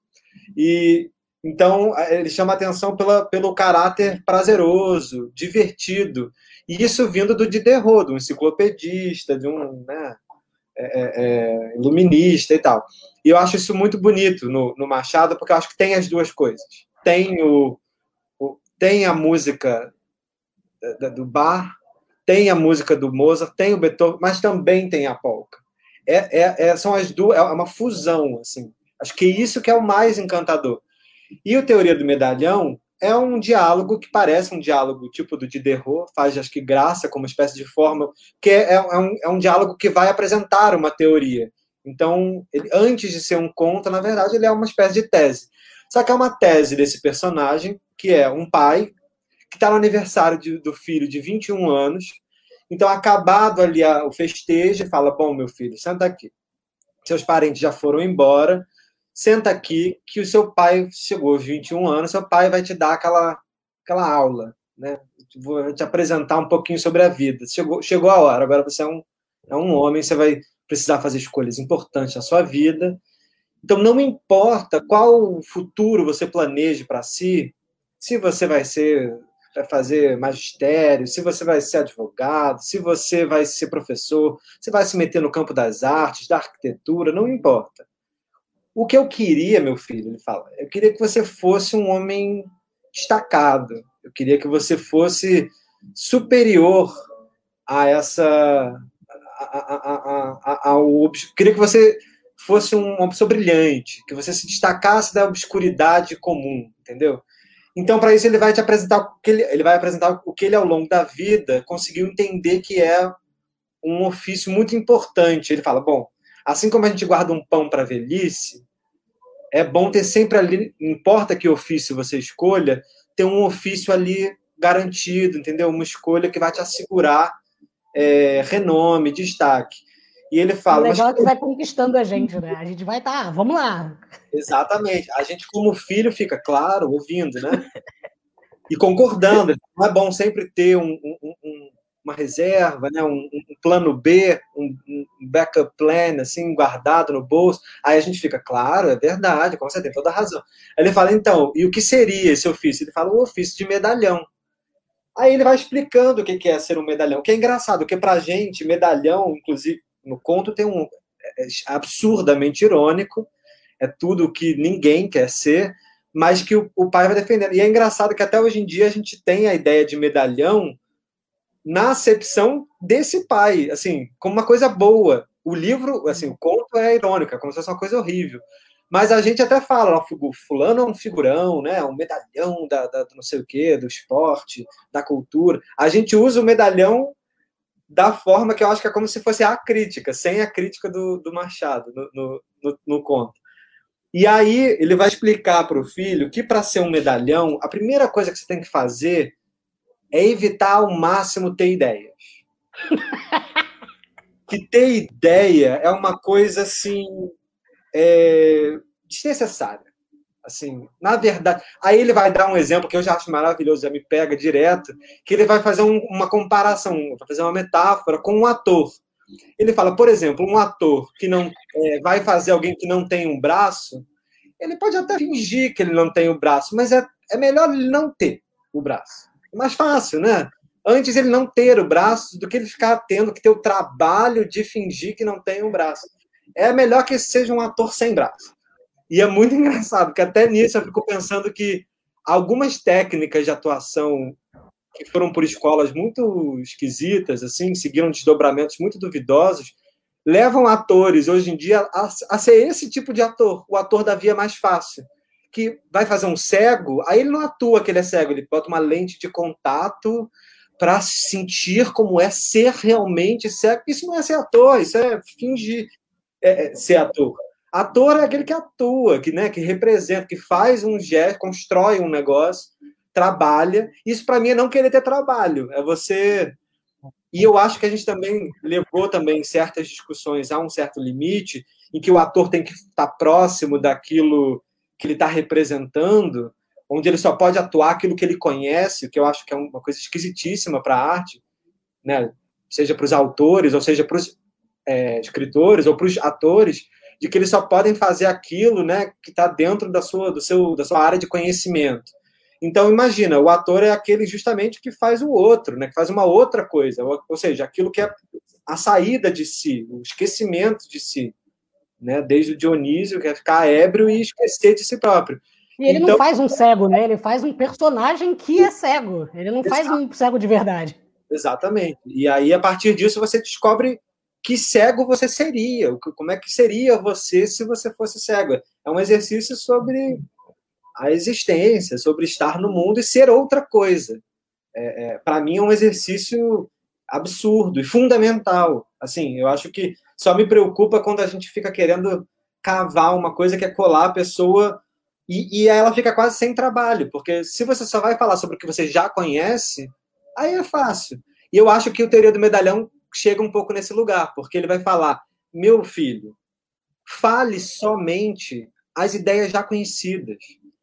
E então ele chama a atenção pela, pelo caráter prazeroso, divertido. E isso vindo do Diderot, de um enciclopedista, de um, né, é, é, iluminista e tal. E eu acho isso muito bonito no, no Machado, porque eu acho que tem as duas coisas. Tem, o, o, tem a música da, do Bach, tem a música do Mozart, tem o Beethoven, mas também tem a polca. É, é, é, são as duas, é uma fusão, assim. Acho que isso que é o mais encantador. E o Teoria do Medalhão é um diálogo que parece um diálogo tipo do Diderot, faz, acho que, graça como espécie de forma, que é, é, um, é um diálogo que vai apresentar uma teoria. Então, ele, antes de ser um conto, na verdade, ele é uma espécie de tese. Só que é uma tese desse personagem, que é um pai que está no aniversário de, do filho de vinte e um anos. Então, acabado ali a, o festejo, fala: bom, meu filho, senta aqui. Seus parentes já foram embora, senta aqui que o seu pai chegou aos vinte e um anos, seu pai vai te dar aquela, aquela aula, né? Vou te apresentar um pouquinho sobre a vida. Chegou, chegou a hora, agora você é um, é um homem, você vai precisar fazer escolhas importantes na sua vida, Então, não importa qual futuro você planeje para si, se você vai ser, vai fazer magistério, se você vai ser advogado, se você vai ser professor, se vai se meter no campo das artes, da arquitetura, não importa. O que eu queria, meu filho, ele fala, eu queria que você fosse um homem destacado, eu queria que você fosse superior a essa... A, a, a, a, ao, eu queria que você fosse uma pessoa brilhante, que você se destacasse da obscuridade comum, entendeu? Então, para isso, ele vai te apresentar o que ele, ele vai apresentar o que ele, ao longo da vida, conseguiu entender que é um ofício muito importante. Ele fala, bom, assim como a gente guarda um pão para a velhice, é bom ter sempre ali, não importa que ofício você escolha, ter um ofício ali garantido, entendeu? Uma escolha que vai te assegurar é, renome, destaque. E ele fala... O legal mas... é que vai conquistando a gente, né? A gente vai estar, tá, vamos lá. Exatamente. A gente, como filho, fica, claro, ouvindo, né? E concordando. Não é bom sempre ter um, um, um, uma reserva, né? um, um plano B, um, um backup plan, assim, guardado no bolso. Aí a gente fica, claro, é verdade, como você tem toda a razão. Aí ele fala, então, e o que seria esse ofício? Ele fala, o ofício de medalhão. Aí ele vai explicando o que é ser um medalhão. O que é engraçado, porque pra gente, medalhão, inclusive, no conto tem um é absurdamente irônico, é tudo que ninguém quer ser, mas que o, o pai vai defendendo. E é engraçado que até hoje em dia a gente tem a ideia de medalhão na acepção desse pai, assim, como uma coisa boa. O livro, assim, o conto é irônico, é como se fosse uma coisa horrível. Mas a gente até fala, ó, fulano é um figurão, né? Um medalhão da, da não sei o quê, do esporte, da cultura. A gente usa o medalhão da forma que eu acho que é como se fosse a crítica, sem a crítica do, do Machado no, no, no, no conto. E aí ele vai explicar para o filho que para ser um medalhão, a primeira coisa que você tem que fazer é evitar ao máximo ter ideias. Que ter ideia é uma coisa assim é, desnecessária. Assim, na verdade, aí ele vai dar um exemplo que eu já acho maravilhoso, já me pega direto, que ele vai fazer um, uma comparação, vai fazer uma metáfora com um ator. Ele fala, por exemplo, um ator que não é, vai fazer alguém que não tem um braço, ele pode até fingir que ele não tem o braço, mas é, é melhor ele não ter o braço. É mais fácil, né? Antes ele não ter o braço do que ele ficar tendo que ter o trabalho de fingir que não tem um braço. É melhor que seja um ator sem braço. E é muito engraçado, porque até nisso eu fico pensando que algumas técnicas de atuação que foram por escolas muito esquisitas, assim, seguiram desdobramentos muito duvidosos, levam atores, hoje em dia, a, a ser esse tipo de ator, o ator da via mais fácil, que vai fazer um cego, aí ele não atua que ele é cego, ele bota uma lente de contato para sentir como é ser realmente cego. Isso não é ser ator, isso é fingir é, é, ser ator. Ator é aquele que atua, que, né, que representa, que faz um gesto, constrói um negócio, trabalha. Isso, para mim, é não querer ter trabalho. É você... E eu acho que a gente também levou também certas discussões a um certo limite, em que o ator tem que estar próximo daquilo que ele está representando, onde ele só pode atuar aquilo que ele conhece, o que eu acho que é uma coisa esquisitíssima para a arte, né? Seja para os autores, ou seja para os é, escritores, ou para os atores, de que eles só podem fazer aquilo, né, que está dentro da sua, do seu, da sua área de conhecimento. Então, imagina, o ator é aquele justamente que faz o outro, né, que faz uma outra coisa, ou, ou seja, aquilo que é a saída de si, o esquecimento de si, né, desde o Dionísio, que é ficar ébrio e esquecer de si próprio. E ele então, não faz um cego, né? Ele faz um personagem que é cego. Ele não faz um cego de verdade. Exatamente. E aí, a partir disso, você descobre que cego você seria, como é que seria você se você fosse cego. É um exercício sobre a existência, sobre estar no mundo e ser outra coisa. É, é, para mim é um exercício absurdo e fundamental. Assim, eu acho que só me preocupa quando a gente fica querendo cavar uma coisa que é colar a pessoa e, e ela fica quase sem trabalho, porque se você só vai falar sobre o que você já conhece, aí é fácil. E eu acho que o Teoria do Medalhão chega um pouco nesse lugar, porque ele vai falar, meu filho, fale somente as ideias já conhecidas.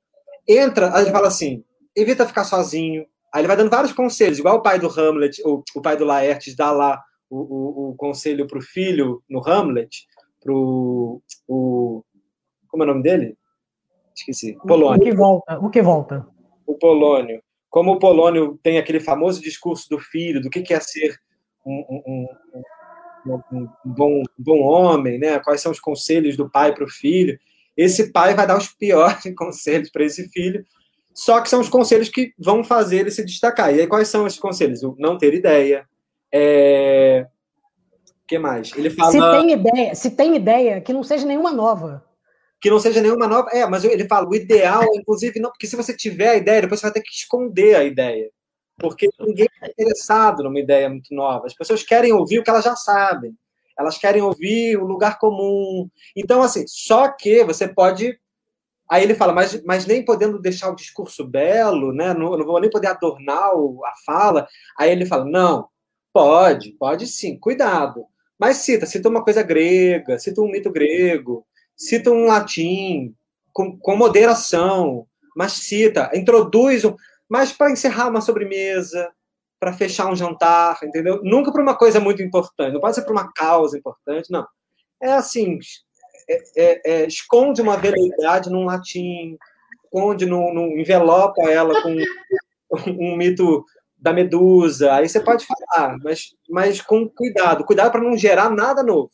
Entra, aí ele fala assim, evita ficar sozinho. Aí ele vai dando vários conselhos, igual o pai do Hamlet, ou o pai do Laertes dá lá o, o, o conselho para o filho no Hamlet, pro, o, Como é o nome dele? Esqueci. Polônio. O que volta, o que volta. O Polônio. Como o Polônio tem aquele famoso discurso do filho, do que é ser um, um, um, um, bom, um bom homem, né? Quais são os conselhos do pai para o filho. Esse pai vai dar os piores conselhos para esse filho, só que são os conselhos que vão fazer ele se destacar. E aí, quais são esses conselhos? O não ter ideia. É... O que mais? Ele fala... Se tem ideia, se tem ideia, que não seja nenhuma nova. Que não seja nenhuma nova... É, mas ele fala, o ideal, inclusive, não... Porque se você tiver a ideia, depois você vai ter que esconder a ideia. Porque ninguém está interessado numa ideia muito nova. As pessoas querem ouvir o que elas já sabem. Elas querem ouvir o lugar comum. Então, assim, só que você pode... Aí ele fala, mas, mas nem podendo deixar o discurso belo, né? não, não vou nem poder adornar o, a fala. Aí ele fala, não, pode, pode sim, cuidado. Mas cita, cita uma coisa grega, cita um mito grego, cita um latim, com, com moderação, mas cita, introduz um... Mas para encerrar uma sobremesa, para fechar um jantar, entendeu? Nunca para uma coisa muito importante, não pode ser para uma causa importante, não. É assim, é, é, é, esconde uma veleidade num latim, esconde, no, no, envelopa ela com um, um mito da Medusa, aí você pode falar, mas, mas com cuidado, cuidado para não gerar nada novo.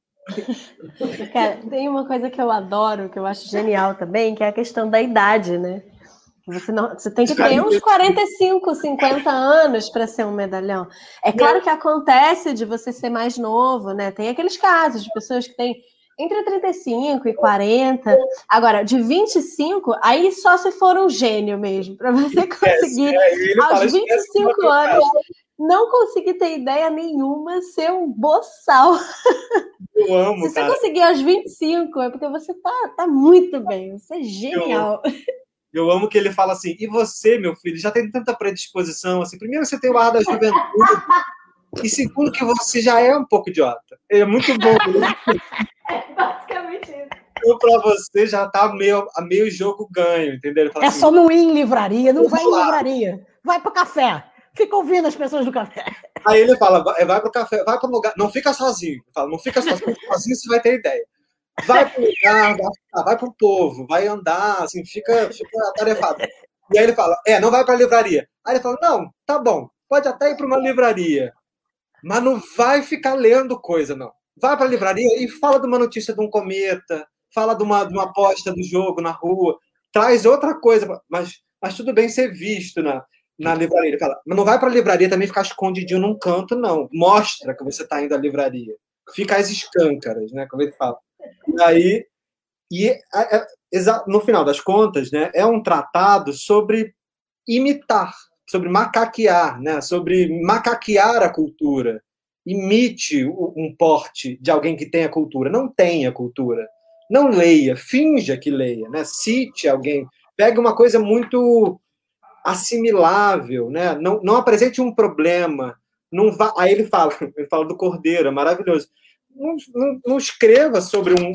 Cara, tem uma coisa que eu adoro, que eu acho genial também, que é a questão da idade, né? Você, não, você tem que ter uns quarenta e cinco, cinquenta anos para ser um medalhão. É claro que acontece de você ser mais novo, né? Tem aqueles casos de pessoas que têm entre trinta e cinco e quarenta. Agora, de vinte e cinco, aí só se for um gênio mesmo, para você conseguir, é, aos vinte e cinco anos, não conseguir ter ideia nenhuma, ser um boçal. Eu amo, se você cara. conseguir aos vinte e cinco, é porque você tá, tá muito bem, você é genial. Eu... Eu amo que ele fala assim, e você, meu filho, já tem tanta predisposição, assim, primeiro você tem o ar da juventude, e segundo que você já é um pouco idiota. É muito bom. Né? É basicamente isso. Então, pra você, já tá meio, a meio jogo ganho, entendeu? Ele fala é assim, só não ir em livraria, não vai em livraria, vai pro café, fica ouvindo as pessoas do café. Aí ele fala, vai, vai pro café, vai pro lugar, não fica sozinho. Fala, não fica sozinho, sozinho você vai ter ideia. Vai pro lugar, vai, vai pro povo, vai andar, assim, fica, fica atarefado. E aí ele fala, é, não vai pra livraria. Aí ele fala, não, tá bom, pode até ir pra uma livraria, mas não vai ficar lendo coisa, não. Vai pra livraria e fala de uma notícia de um cometa, fala de uma, de uma aposta do jogo na rua, traz outra coisa, mas, mas tudo bem ser visto na, na livraria. Ele fala, mas não vai pra livraria também ficar escondidinho num canto, não. Mostra que você tá indo à livraria. Fica às escâncaras, né, como ele fala. E aí, e no final das contas, né, é um tratado sobre imitar, sobre macaquear, né, sobre macaquear a cultura. Imite um porte de alguém que tem a cultura. Não tem a cultura. Não leia, finja que leia, né? Cite alguém. Pega uma coisa muito assimilável, né? Não, não apresente um problema. Não vá... Aí ele fala, ele fala do cordeiro, é maravilhoso. Não, não, não escreva sobre um,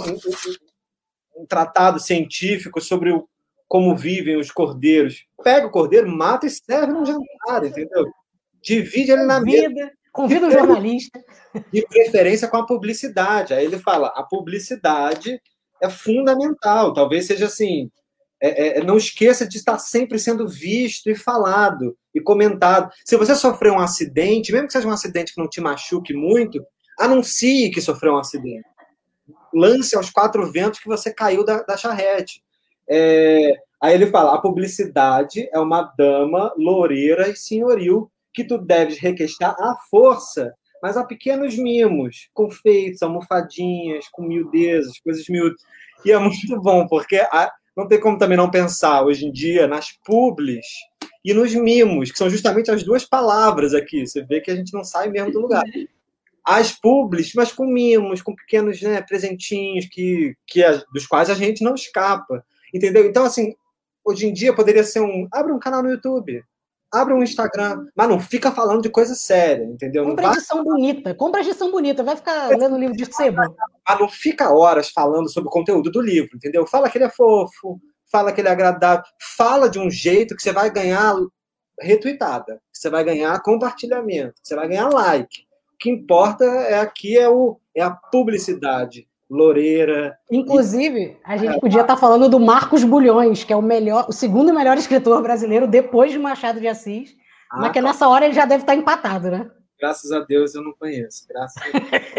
um, um tratado científico sobre o, como vivem os cordeiros. Pega o cordeiro, mata e serve num jantar, entendeu? Divide ele na mesa. Convida o jornalista. De preferência com a publicidade. Aí ele fala, a publicidade é fundamental. Talvez seja assim, é, é, não esqueça de estar sempre sendo visto e falado e comentado. Se você sofreu um acidente, mesmo que seja um acidente que não te machuque muito, anuncie que sofreu um acidente. Lance aos quatro ventos que você caiu da, da charrete. É, aí ele fala, a publicidade é uma dama loureira e senhoril que tu deves requestar à força, mas há pequenos mimos, confeitos, almofadinhas, com miudezas, coisas miúdas. E é muito bom, porque a, não tem como também não pensar, hoje em dia, nas publis e nos mimos, que são justamente as duas palavras aqui. Você vê que a gente não sai mesmo do lugar. As publis, mas com mimos, com pequenos, né, presentinhos, que, que a, dos quais a gente não escapa. Entendeu? Então, assim, hoje em dia poderia ser um... Abre um canal no YouTube. Abre um Instagram, mas não fica falando de coisa séria, entendeu? Compra vai... edição bonita, compra edição bonita, vai ficar lendo livro de sebo. Mas não fica horas falando sobre o conteúdo do livro, entendeu? Fala que ele é fofo, fala que ele é agradável, fala de um jeito que você vai ganhar retweetada, que você vai ganhar compartilhamento, que você vai ganhar like. O que importa é aqui é, o, é a publicidade, loureira. Inclusive, a gente podia estar falando do Marcos Bulhões, que é o melhor, o segundo melhor escritor brasileiro depois de Machado de Assis, ah, mas que tá. Nessa hora ele já deve estar empatado, né? Graças a Deus eu não conheço. Graças a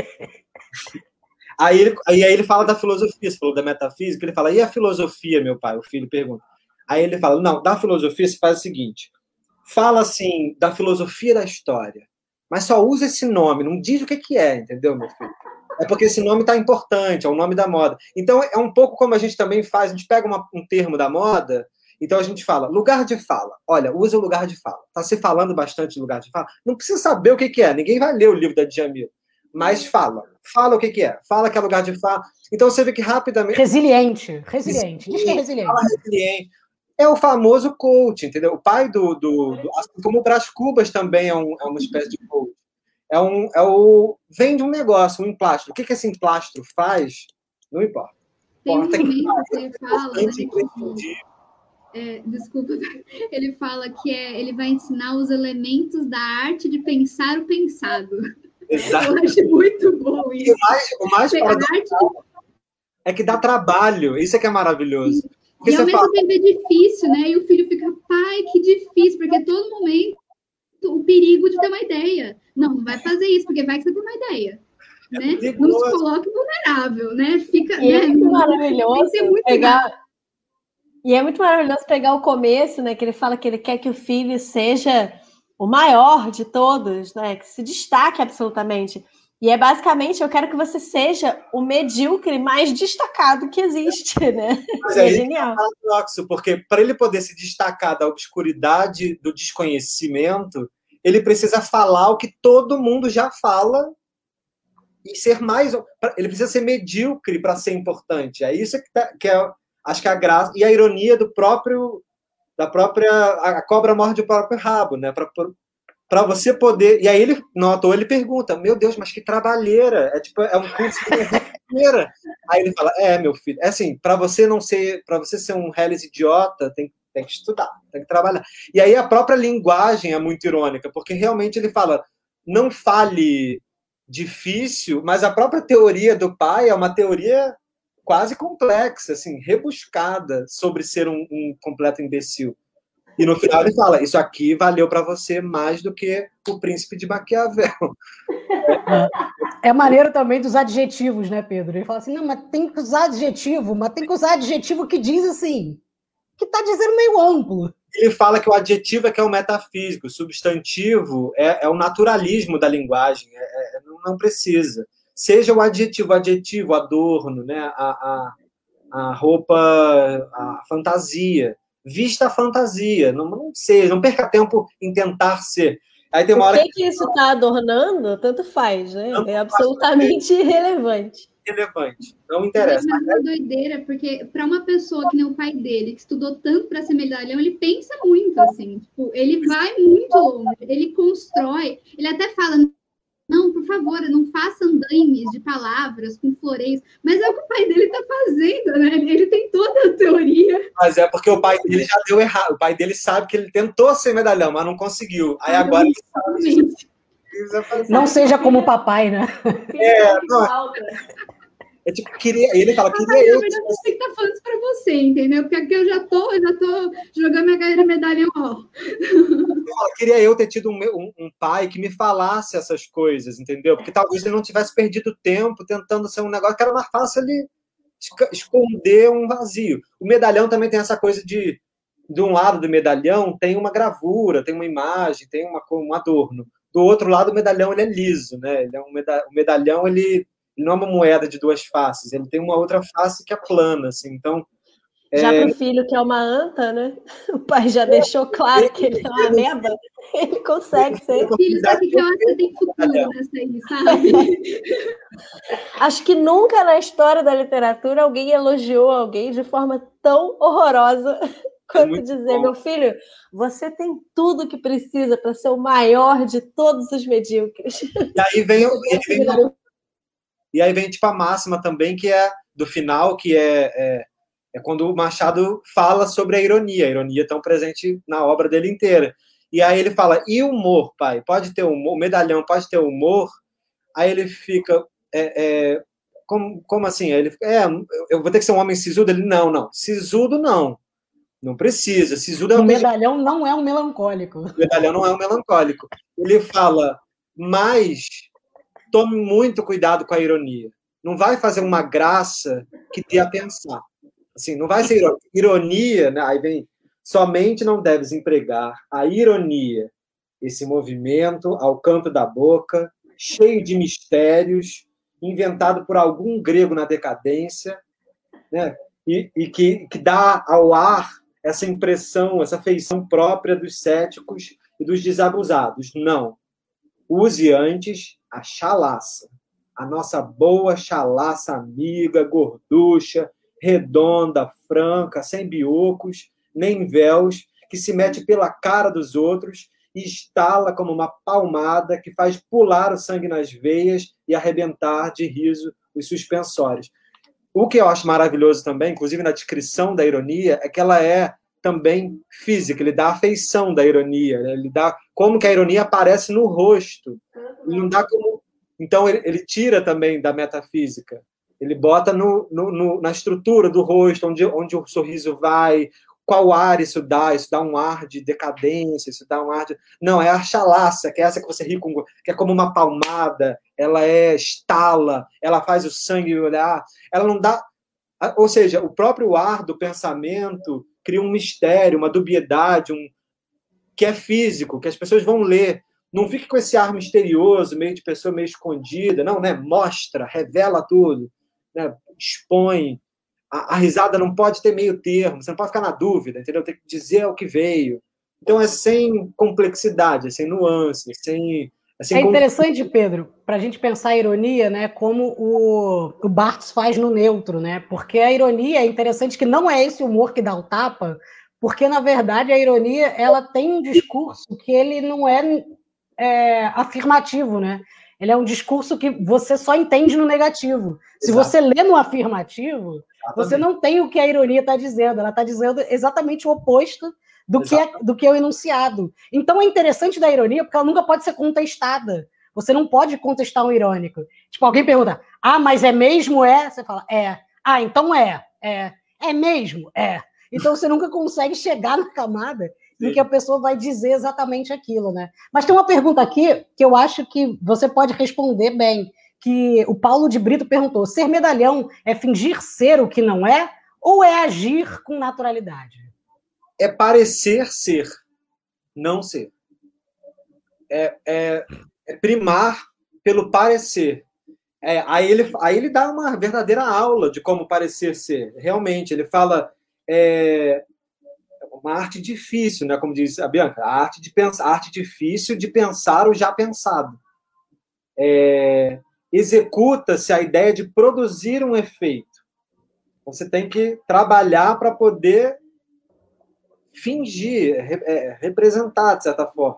Deus. aí, ele, aí ele fala da filosofia, você falou da metafísica, ele fala, e a filosofia, meu pai? O filho pergunta. Aí ele fala, não, da filosofia você faz o seguinte, fala assim, da filosofia da história, mas só usa esse nome, não diz o que, que é, entendeu, meu filho? É porque esse nome está importante, é o nome da moda. Então, é um pouco como a gente também faz, a gente pega uma, um termo da moda, então a gente fala, lugar de fala. Olha, usa o lugar de fala. Está se falando bastante de lugar de fala? Não precisa saber o que, que é, ninguém vai ler o livro da Djamila, mas fala. Fala o que, que é, fala que é lugar de fala. Então, você vê que rapidamente... Resiliente, resiliente. Diz que é resiliente. Fala resiliente. É o famoso coach, entendeu? O pai do... do, do assim como o Brás Cubas também é, um, é uma espécie de coach. É, um, é o... Vem de um negócio, um emplastro. O que, que esse emplastro faz? Não importa. Tem um momento que ele fala, né, que, é, desculpa, ele fala que é, ele vai ensinar os elementos da arte de pensar o pensado. Exato. Eu acho muito bom isso. E o mais, o mais paradoxal é que dá trabalho. Isso é que é maravilhoso. Porque e ao mesmo fala... tempo é difícil, né? E o filho fica, pai, que difícil, porque todo momento o perigo de ter uma ideia. Não, não vai fazer isso, porque vai que você tem uma ideia. É né? Não se coloque vulnerável, né? Fica, e né? É muito maravilhoso muito pegar... E é muito maravilhoso pegar o começo, né? Que ele fala que ele quer que o filho seja o maior de todos, né? Que se destaque absolutamente. E é basicamente, eu quero que você seja o medíocre mais destacado que existe, né? Mas é, é genial. É um paradoxo, porque para ele poder se destacar da obscuridade, do desconhecimento, ele precisa falar o que todo mundo já fala e ser mais... Ele precisa ser medíocre para ser importante. É isso que, tá, que é, acho que é a graça e a ironia do próprio... da própria... A cobra morde o próprio rabo, né? Pra, para você poder... E aí ele, não à toa, ele pergunta, meu Deus, mas que trabalheira. É tipo, é um curso de trabalheira. Aí ele fala, é, meu filho, é assim, para você não ser... Para você ser um reles idiota, tem, tem que estudar, tem que trabalhar. E aí a própria linguagem é muito irônica, porque realmente ele fala, não fale difícil, mas a própria teoria do pai é uma teoria quase complexa, assim, rebuscada sobre ser um, um completo imbecil. E no final ele fala, isso aqui valeu para você mais do que o príncipe de Maquiavel. É maneiro também dos adjetivos, né, Pedro? Ele fala assim, não, mas tem que usar adjetivo, mas tem que usar adjetivo que diz assim, que está dizendo meio amplo. Ele fala que o adjetivo é que é o metafísico, o substantivo é, é o naturalismo da linguagem, é, é, não precisa. Seja o adjetivo, o adjetivo, o adorno, né, a, a, a roupa, a fantasia. Vista a fantasia, não, não seja, não perca tempo em tentar ser. Aí tem uma hora o que, que isso está adornando, tanto faz, né? Tanto é absolutamente irrelevante. Irrelevante, não interessa. Mas é uma doideira, porque para uma pessoa que nem o pai dele, que estudou tanto para ser medalhão, ele pensa muito, assim, tipo, ele vai muito longe, ele constrói, ele até fala, não, por favor, não faça andaimes de palavras com floreios, mas é o que o pai dele está fazendo, né? Ele tem toda a teoria. Mas é porque o pai dele já deu errado, o pai dele sabe que ele tentou ser medalhão, mas não conseguiu. Aí agora ele sabe. Não seja como o papai, né? É, não, é tipo, queria, ele fala, queria ah, eu. Na verdade, você tem que estar falando isso para você, entendeu? Porque aqui eu já tô, eu já tô jogando minha carreira medalhão, ó. Eu queria eu ter tido um, um, um pai que me falasse essas coisas, entendeu? Porque talvez ele não tivesse perdido tempo tentando ser um negócio que era mais fácil ele esconder um vazio. O medalhão também tem essa coisa de, de um lado do medalhão tem uma gravura, tem uma imagem, tem uma, um adorno. Do outro lado, o medalhão ele é liso, né? Ele é um meda, o medalhão ele Ele não é uma moeda de duas faces, ele tem uma outra face que é plana, assim, então... Já é... para o filho que é uma anta, né? O pai já deixou claro que ele é uma merda, ele consegue ser... Filho, sabe que eu acho que tem futuro nessa aí, sabe? Acho que nunca na história da literatura alguém elogiou alguém de forma tão horrorosa quanto é dizer, bom. Meu filho, você tem tudo que precisa para ser o maior de todos os medíocres. E aí vem... Ele vem... E aí vem tipo a máxima também, que é do final, que é, é, é quando o Machado fala sobre a ironia. A ironia tão presente na obra dele inteira. E aí ele fala, e humor, pai? Pode ter humor? O medalhão pode ter humor? Aí ele fica... É, é, como, como assim? Ele, é, eu vou ter que ser um homem sisudo? Ele, não, não, sisudo não, não precisa, sisudo é O uma coisa... medalhão não é um melancólico. O medalhão não é um melancólico. Ele fala, mas tome muito cuidado com a ironia. Não vai fazer uma graça que dê a pensar. Assim, não vai ser ironia, ironia, né? Aí vem, somente não deves empregar a ironia, esse movimento ao canto da boca, cheio de mistérios, inventado por algum grego na decadência, né? e, e que, que dá ao ar essa impressão, essa feição própria dos céticos e dos desabusados. Não. Use antes a chalaça, a nossa boa chalaça amiga, gorducha, redonda, franca, sem biocos, nem véus, que se mete pela cara dos outros e estala como uma palmada que faz pular o sangue nas veias e arrebentar de riso os suspensórios. O que eu acho maravilhoso também, inclusive na descrição da ironia, é que ela é também física, ele dá a feição da ironia, né? Ele dá como que a ironia aparece no rosto. Ele não dá como... Então, ele, ele tira também da metafísica. Ele bota no, no, no, na estrutura do rosto, onde, onde o sorriso vai, qual ar isso dá, isso dá um ar de decadência, isso dá um ar de... Não, é a chalaça, que é essa que você ri com... que é como uma palmada, ela é estala, ela faz o sangue olhar, ela não dá... Ou seja, o próprio ar do pensamento cria um mistério, uma dubiedade, um... que é físico, que as pessoas vão ler. Não fique com esse ar misterioso, meio de pessoa meio escondida, não, né? Mostra, revela tudo, né? Expõe. A, a risada não pode ter meio termo, você não pode ficar na dúvida, entendeu? Tem que dizer o que veio. Então é sem complexidade, é sem nuance, é sem... É, sem é interessante, Pedro, para a gente pensar a ironia, né, como o, o Barthes faz no Neutro, né? Porque a ironia é interessante que não é esse humor que dá o tapa, porque, na verdade, a ironia ela tem um discurso que ele não é, é afirmativo, né? Ele é um discurso que você só entende no negativo. Se Exato. Você lê no afirmativo, Exatamente. Você não tem o que a ironia está dizendo. Ela está dizendo exatamente o oposto do que, é, do que é o enunciado. Então é interessante da ironia, porque ela nunca pode ser contestada. Você não pode contestar um irônico. Tipo, alguém pergunta, ah, mas é mesmo? É? Você fala, é. Ah, então é. É, é mesmo? É. Então você nunca consegue chegar na camada Sim. em que a pessoa vai dizer exatamente aquilo, né? Mas tem uma pergunta aqui que eu acho que você pode responder bem, que o Paulo de Brito perguntou, ser medalhão é fingir ser o que não é ou é agir com naturalidade? É parecer ser, não ser. É, é, é primar pelo parecer. É, aí, ele, aí ele dá uma verdadeira aula de como parecer ser. Realmente, ele fala... É uma arte difícil, né? Como diz a Bianca, a arte, de pensar, a arte difícil de pensar o já pensado. É, executa-se a ideia de produzir um efeito. Você tem que trabalhar para poder fingir, é, representar, de certa forma.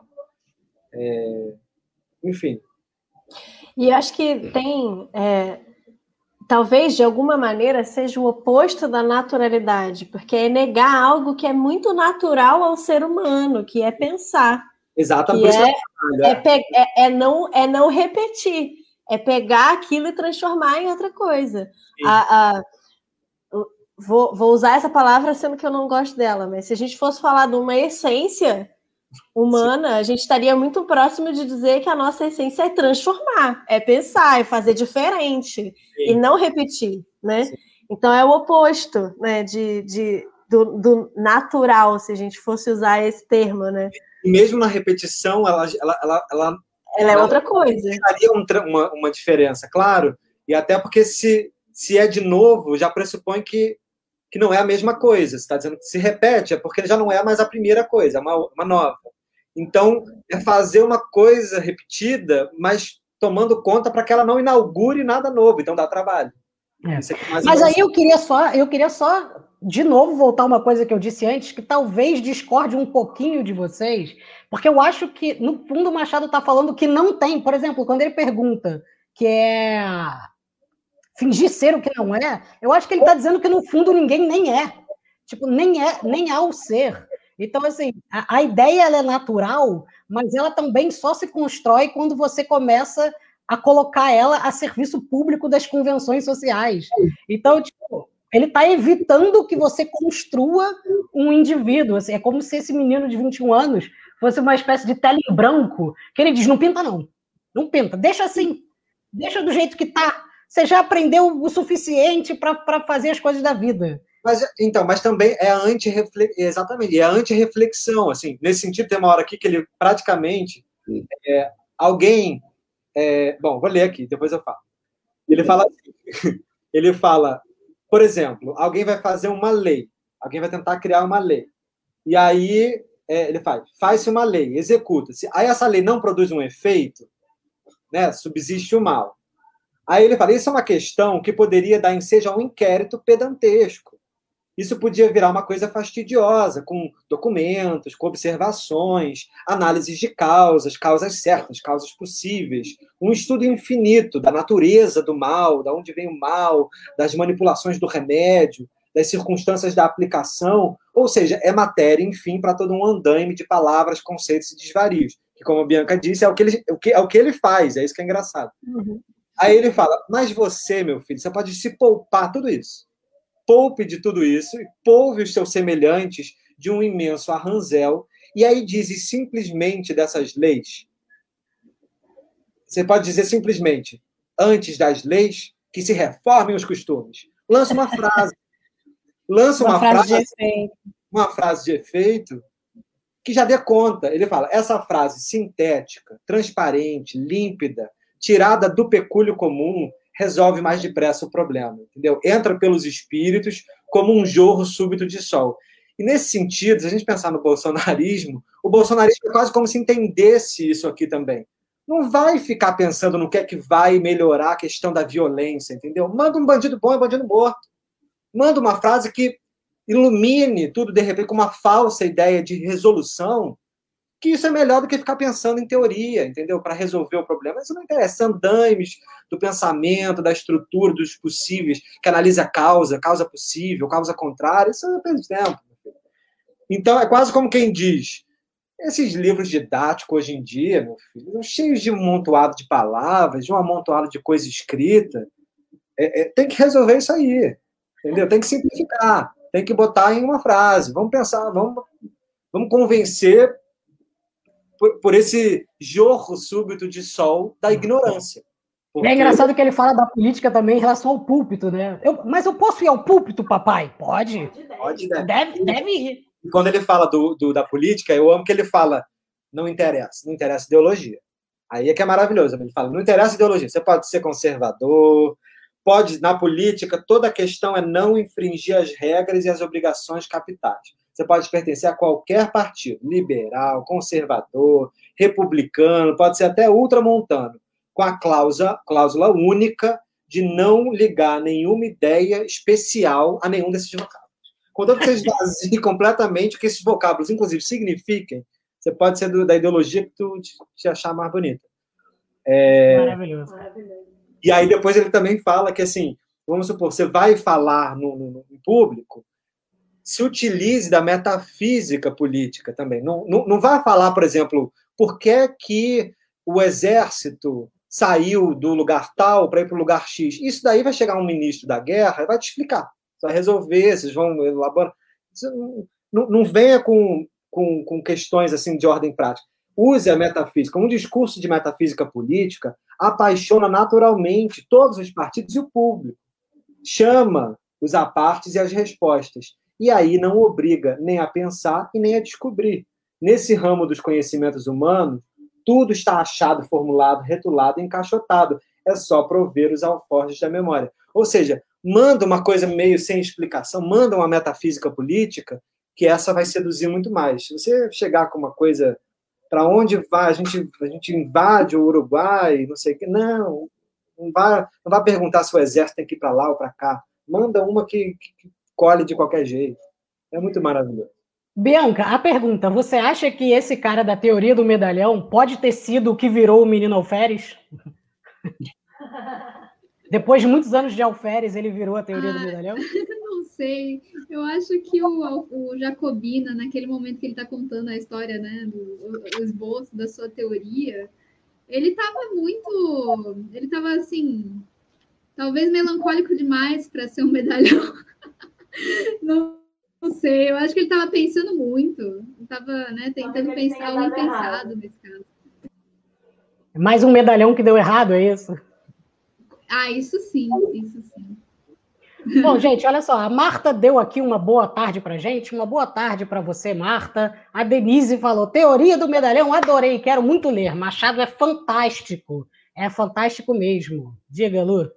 É, enfim. E acho que tem... É... Talvez, de alguma maneira, seja o oposto da naturalidade, porque é negar algo que é muito natural ao ser humano, que é pensar. Exatamente. Que é, é, é, é, não, é não repetir, é pegar aquilo e transformar em outra coisa. A, a, vou, vou usar essa palavra, sendo que eu não gosto dela, mas se a gente fosse falar de uma essência humana, Sim. a gente estaria muito próximo de dizer que a nossa essência é transformar, é pensar, é fazer diferente Sim. e não repetir, né? Sim. Então é o oposto, né, de, de, do, do natural, se a gente fosse usar esse termo, né? E mesmo na repetição, ela, ela, ela, ela, ela é ela outra coisa. Faria um, uma, uma diferença, claro, e até porque se, se é de novo, já pressupõe que que não é a mesma coisa. Você está dizendo que se repete, é porque já não é mais a primeira coisa, é uma, uma nova. Então, é fazer uma coisa repetida, mas tomando conta para que ela não inaugure nada novo. Então, dá trabalho. É. É mas aí eu queria, só, eu queria só, de novo, voltar uma coisa que eu disse antes, que talvez discorde um pouquinho de vocês, porque eu acho que, no fundo, o Machado está falando que não tem. Por exemplo, quando ele pergunta que é... fingir ser o que não é, eu acho que ele está dizendo que, no fundo, ninguém nem é. Tipo, nem é, nem há o ser. Então, assim, a, a ideia ela é natural, mas ela também só se constrói quando você começa a colocar ela a serviço público das convenções sociais. Então, tipo, ele está evitando que você construa um indivíduo. Assim, é como se esse menino de vinte e um anos fosse uma espécie de tela em branco, que ele diz, não pinta não, não pinta, deixa assim, deixa do jeito que tá. Você já aprendeu o suficiente para fazer as coisas da vida. Mas, então, mas também é a anti-reflexão, exatamente, é a anti-reflexão, assim, nesse sentido, tem uma hora aqui que ele praticamente, é, alguém, é, bom, vou ler aqui, depois eu falo. Ele fala assim, ele fala, por exemplo, alguém vai fazer uma lei, alguém vai tentar criar uma lei, e aí é, ele faz, faz-se uma lei, executa-se, aí essa lei não produz um efeito, né, subsiste o mal. Aí ele fala, isso é uma questão que poderia dar ensejo a um inquérito pedantesco. Isso podia virar uma coisa fastidiosa, com documentos, com observações, análises de causas, causas certas, causas possíveis, um estudo infinito da natureza do mal, de onde vem o mal, das manipulações do remédio, das circunstâncias da aplicação, ou seja, é matéria, enfim, para todo um andaime de palavras, conceitos e desvarios, que, como a Bianca disse, é o que ele, o que, é o que ele faz, é isso que é engraçado. Uhum. Aí ele fala, mas você, meu filho, você pode se poupar tudo isso. Poupe de tudo isso e poupe os seus semelhantes de um imenso arranzel. E aí diz simplesmente dessas leis. Você pode dizer simplesmente, antes das leis, que se reformem os costumes. Lança uma frase. Lança uma, uma frase, frase, de efeito. uma frase de efeito que já dê conta. Ele fala, essa frase sintética, transparente, límpida, tirada do pecúlio comum, resolve mais depressa o problema, entendeu? Entra pelos espíritos como um jorro súbito de sol. E nesse sentido, se a gente pensar no bolsonarismo, o bolsonarismo é quase como se entendesse isso aqui também. Não vai ficar pensando no que é que vai melhorar a questão da violência, entendeu? Manda um bandido bom e um bandido morto. Manda uma frase que ilumine tudo, de repente, com uma falsa ideia de resolução, que isso é melhor do que ficar pensando em teoria, entendeu? Para resolver o problema. Isso não interessa. Andaimes do pensamento, da estrutura, dos possíveis, que analisa a causa, causa possível, causa contrária, isso é perda de tempo. Então, é quase como quem diz, esses livros didáticos hoje em dia, meu filho, cheios de um amontoado de palavras, de um amontoado de coisa escrita, é, é, tem que resolver isso aí, entendeu? Tem que simplificar, tem que botar em uma frase. Vamos pensar, vamos, vamos convencer Por, por esse jorro súbito de sol da ignorância. Porque... É engraçado que ele fala da política também em relação ao púlpito, né? Eu, mas eu posso ir ao púlpito, papai? Pode. Pode, deve. Deve, deve ir. E quando ele fala do, do, da política, eu amo que ele fala, não interessa, não interessa ideologia. Aí é que é maravilhoso. Ele fala, não interessa ideologia. Você pode ser conservador, pode, na política, toda a questão é não infringir as regras e as obrigações capitais. Você pode pertencer a qualquer partido, liberal, conservador, republicano, pode ser até ultramontano, com a cláusula, cláusula única de não ligar nenhuma ideia especial a nenhum desses vocábulos. Contanto que você esvazie completamente o que esses vocábulos, inclusive, signifiquem, você pode ser do, da ideologia que tu te, te achar mais bonita. É... Maravilhoso. E aí depois ele também fala que, assim, vamos supor, você vai falar no, no, no público, se utilize da metafísica política também. Não, não, não vai falar, por exemplo, por que, que o exército saiu do lugar tal para ir para o lugar X. Isso daí vai chegar um ministro da guerra e vai te explicar. Você vai resolver, vocês vão elaborar. Não, não, não venha com, com, com questões assim de ordem prática. Use a metafísica. Um discurso de metafísica política apaixona naturalmente todos os partidos e o público. Chama os apartes e as respostas. E aí não obriga nem a pensar e nem a descobrir. Nesse ramo dos conhecimentos humanos, tudo está achado, formulado, retulado, encaixotado. É só prover os alforjes da memória. Ou seja, manda uma coisa meio sem explicação, manda uma metafísica política, que essa vai seduzir muito mais. Se você chegar com uma coisa, para onde vai, a gente, a gente invade o Uruguai, não sei o quê, não, não vai, não vai perguntar se o exército tem que ir para lá ou para cá. Manda uma que, que colhe de qualquer jeito. É muito maravilhoso. Bianca, a pergunta, você acha que esse cara da teoria do medalhão pode ter sido o que virou o menino alferes? Depois de muitos anos de alferes, ele virou a teoria ah, do medalhão? Não sei. Eu acho que o, o Jacobina, naquele momento que ele está contando a história, né, do, o esboço da sua teoria, ele estava muito, ele estava assim, talvez melancólico demais para ser um medalhão. Não, não sei, eu acho que ele estava pensando muito, estava, né, tentando pensar o impensado nesse caso. Mais um medalhão que deu errado, é isso? Ah, isso sim, isso sim. Bom, gente, olha só, a Marta deu aqui uma boa tarde pra gente, uma boa tarde para você, Marta. A Denise falou, teoria do medalhão, adorei, quero muito ler. Machado é fantástico, é fantástico mesmo. Diga, Lu.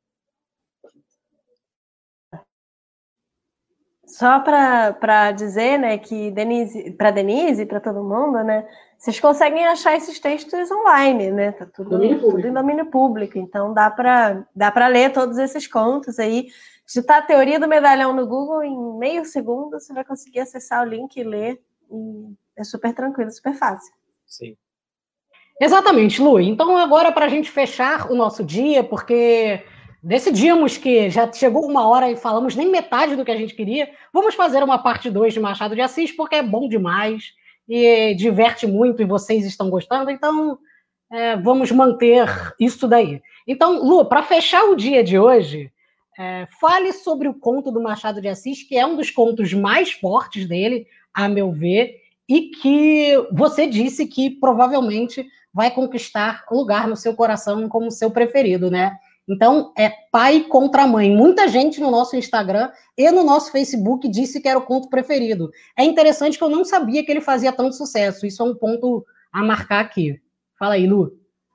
Só para dizer, né, que Denise, para Denise, para todo mundo, né, vocês conseguem achar esses textos online, né? Tá tudo, tudo em domínio público, então dá para dá para ler todos esses contos aí. Digitar a teoria do medalhão no Google em meio segundo, você vai conseguir acessar o link e ler. E é super tranquilo, super fácil. Sim. Exatamente, Lu. Então, agora, para a gente fechar o nosso dia, porque decidimos que já chegou uma hora e falamos nem metade do que a gente queria, vamos fazer uma parte dois de Machado de Assis, porque é bom demais e diverte muito e vocês estão gostando, então é, vamos manter isso daí. Então, Lu, para fechar o dia de hoje, é, fale sobre o conto do Machado de Assis, que é um dos contos mais fortes dele, a meu ver, e que você disse que provavelmente vai conquistar lugar no seu coração como seu preferido, né? Então, é pai contra mãe. Muita gente no nosso Instagram e no nosso Facebook disse que era o conto preferido. É interessante que eu não sabia que ele fazia tanto sucesso. Isso é um ponto a marcar aqui. Fala aí, Lu.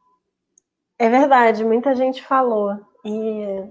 É verdade, muita gente falou. E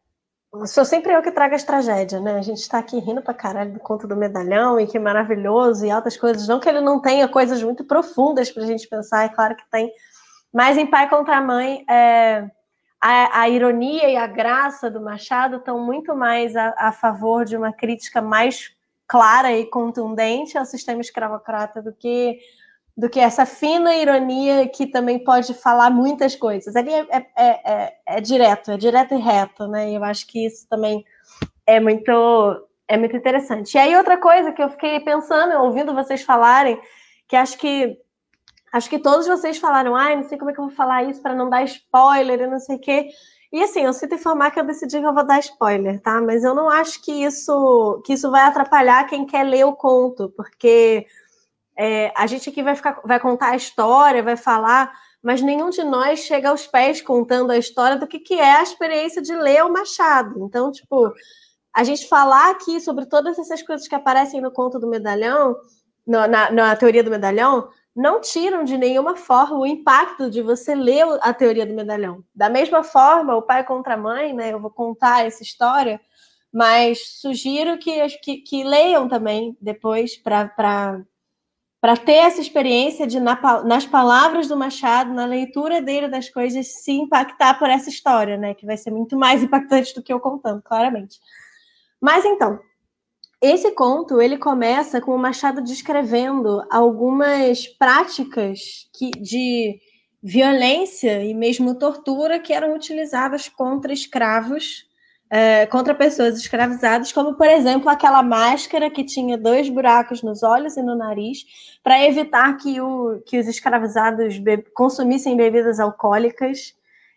sou sempre eu que trago as tragédias, né? A gente está aqui rindo pra caralho do conto do medalhão e que maravilhoso e altas coisas. Não que ele não tenha coisas muito profundas pra gente pensar, é claro que tem. Mas em Pai contra Mãe, é, a, a ironia e a graça do Machado estão muito mais a, a favor de uma crítica mais clara e contundente ao sistema escravocrata do que, do que essa fina ironia que também pode falar muitas coisas. Ali é, é, é, é direto, é direto e reto, né? E eu acho que isso também é muito, é muito interessante. E aí outra coisa que eu fiquei pensando, ouvindo vocês falarem, que acho que Acho que todos vocês falaram, ai, não sei como é que eu vou falar isso para não dar spoiler e não sei o quê. E assim, eu sinto informar que eu decidi que eu vou dar spoiler, tá? Mas eu não acho que isso, que isso vai atrapalhar quem quer ler o conto, porque é, a gente aqui vai, ficar, vai contar a história, vai falar, mas nenhum de nós chega aos pés contando a história do que, que é a experiência de ler o Machado. Então, tipo, a gente falar aqui sobre todas essas coisas que aparecem no conto do medalhão, no, na, na teoria do medalhão, não tiram de nenhuma forma o impacto de você ler a teoria do medalhão. Da mesma forma, o pai contra a mãe, né? Eu vou contar essa história, mas sugiro que, que, que leiam também depois para ter essa experiência de, na, nas palavras do Machado, na leitura dele das coisas, se impactar por essa história, né? Que vai ser muito mais impactante do que eu contando, claramente. Mas então, esse conto, ele começa com o Machado descrevendo algumas práticas que, de violência e mesmo tortura que eram utilizadas contra escravos, é, contra pessoas escravizadas, como, por exemplo, aquela máscara que tinha dois buracos nos olhos e no nariz, para evitar que, o, que os escravizados be- consumissem bebidas alcoólicas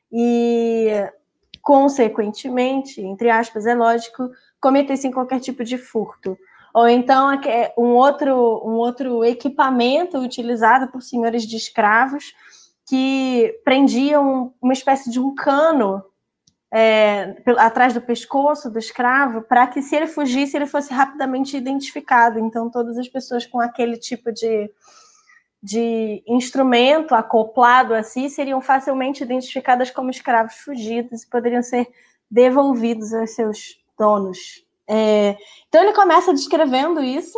e, consequentemente, entre aspas, é lógico, cometessem qualquer tipo de furto. Ou então um outro, um outro equipamento utilizado por senhores de escravos que prendiam uma espécie de um cano é, atrás do pescoço do escravo para que, se ele fugisse, ele fosse rapidamente identificado. Então, todas as pessoas com aquele tipo de, de instrumento acoplado a si seriam facilmente identificadas como escravos fugidos e poderiam ser devolvidos aos seus donos. É, então ele começa descrevendo isso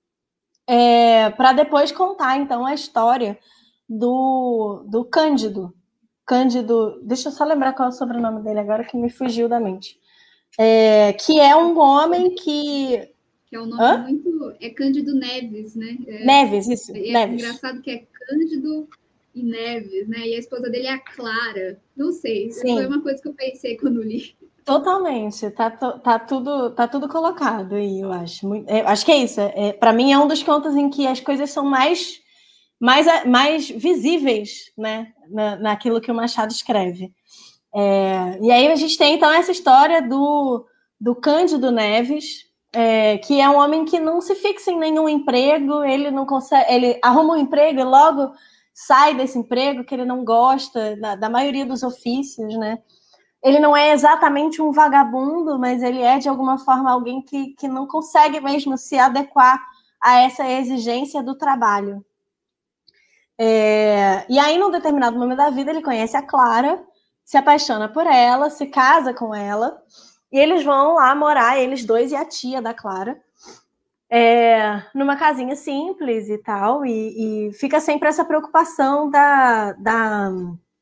é, para depois contar então a história do, do Cândido. Cândido, deixa eu só lembrar qual é o sobrenome dele agora que me fugiu da mente. É, que é um homem que... Que é um nome Hã? muito... É Cândido Neves, né? É, Neves, isso, é Neves. Engraçado que é Cândido e Neves, né? E a esposa dele é a Clara. Não sei, Sim. Foi uma coisa que eu pensei quando li. Totalmente, tá, tá, tudo, tá tudo colocado aí, eu acho. Eu acho que é isso. É, para mim é um dos contos em que as coisas são mais mais, mais visíveis, né, na, naquilo que o Machado escreve. É, e aí a gente tem, então, essa história do, do Cândido Neves, é, que é um homem que não se fixa em nenhum emprego, ele não consegue, ele arruma um emprego e logo sai desse emprego, que ele não gosta da, da maioria dos ofícios, né? Ele não é exatamente um vagabundo, mas ele é, de alguma forma, alguém que, que não consegue mesmo se adequar a essa exigência do trabalho. É, e aí, num determinado momento da vida, ele conhece a Clara, se apaixona por ela, se casa com ela, e eles vão lá morar, eles dois e a tia da Clara, é, numa casinha simples e tal, e, e fica sempre essa preocupação da, da,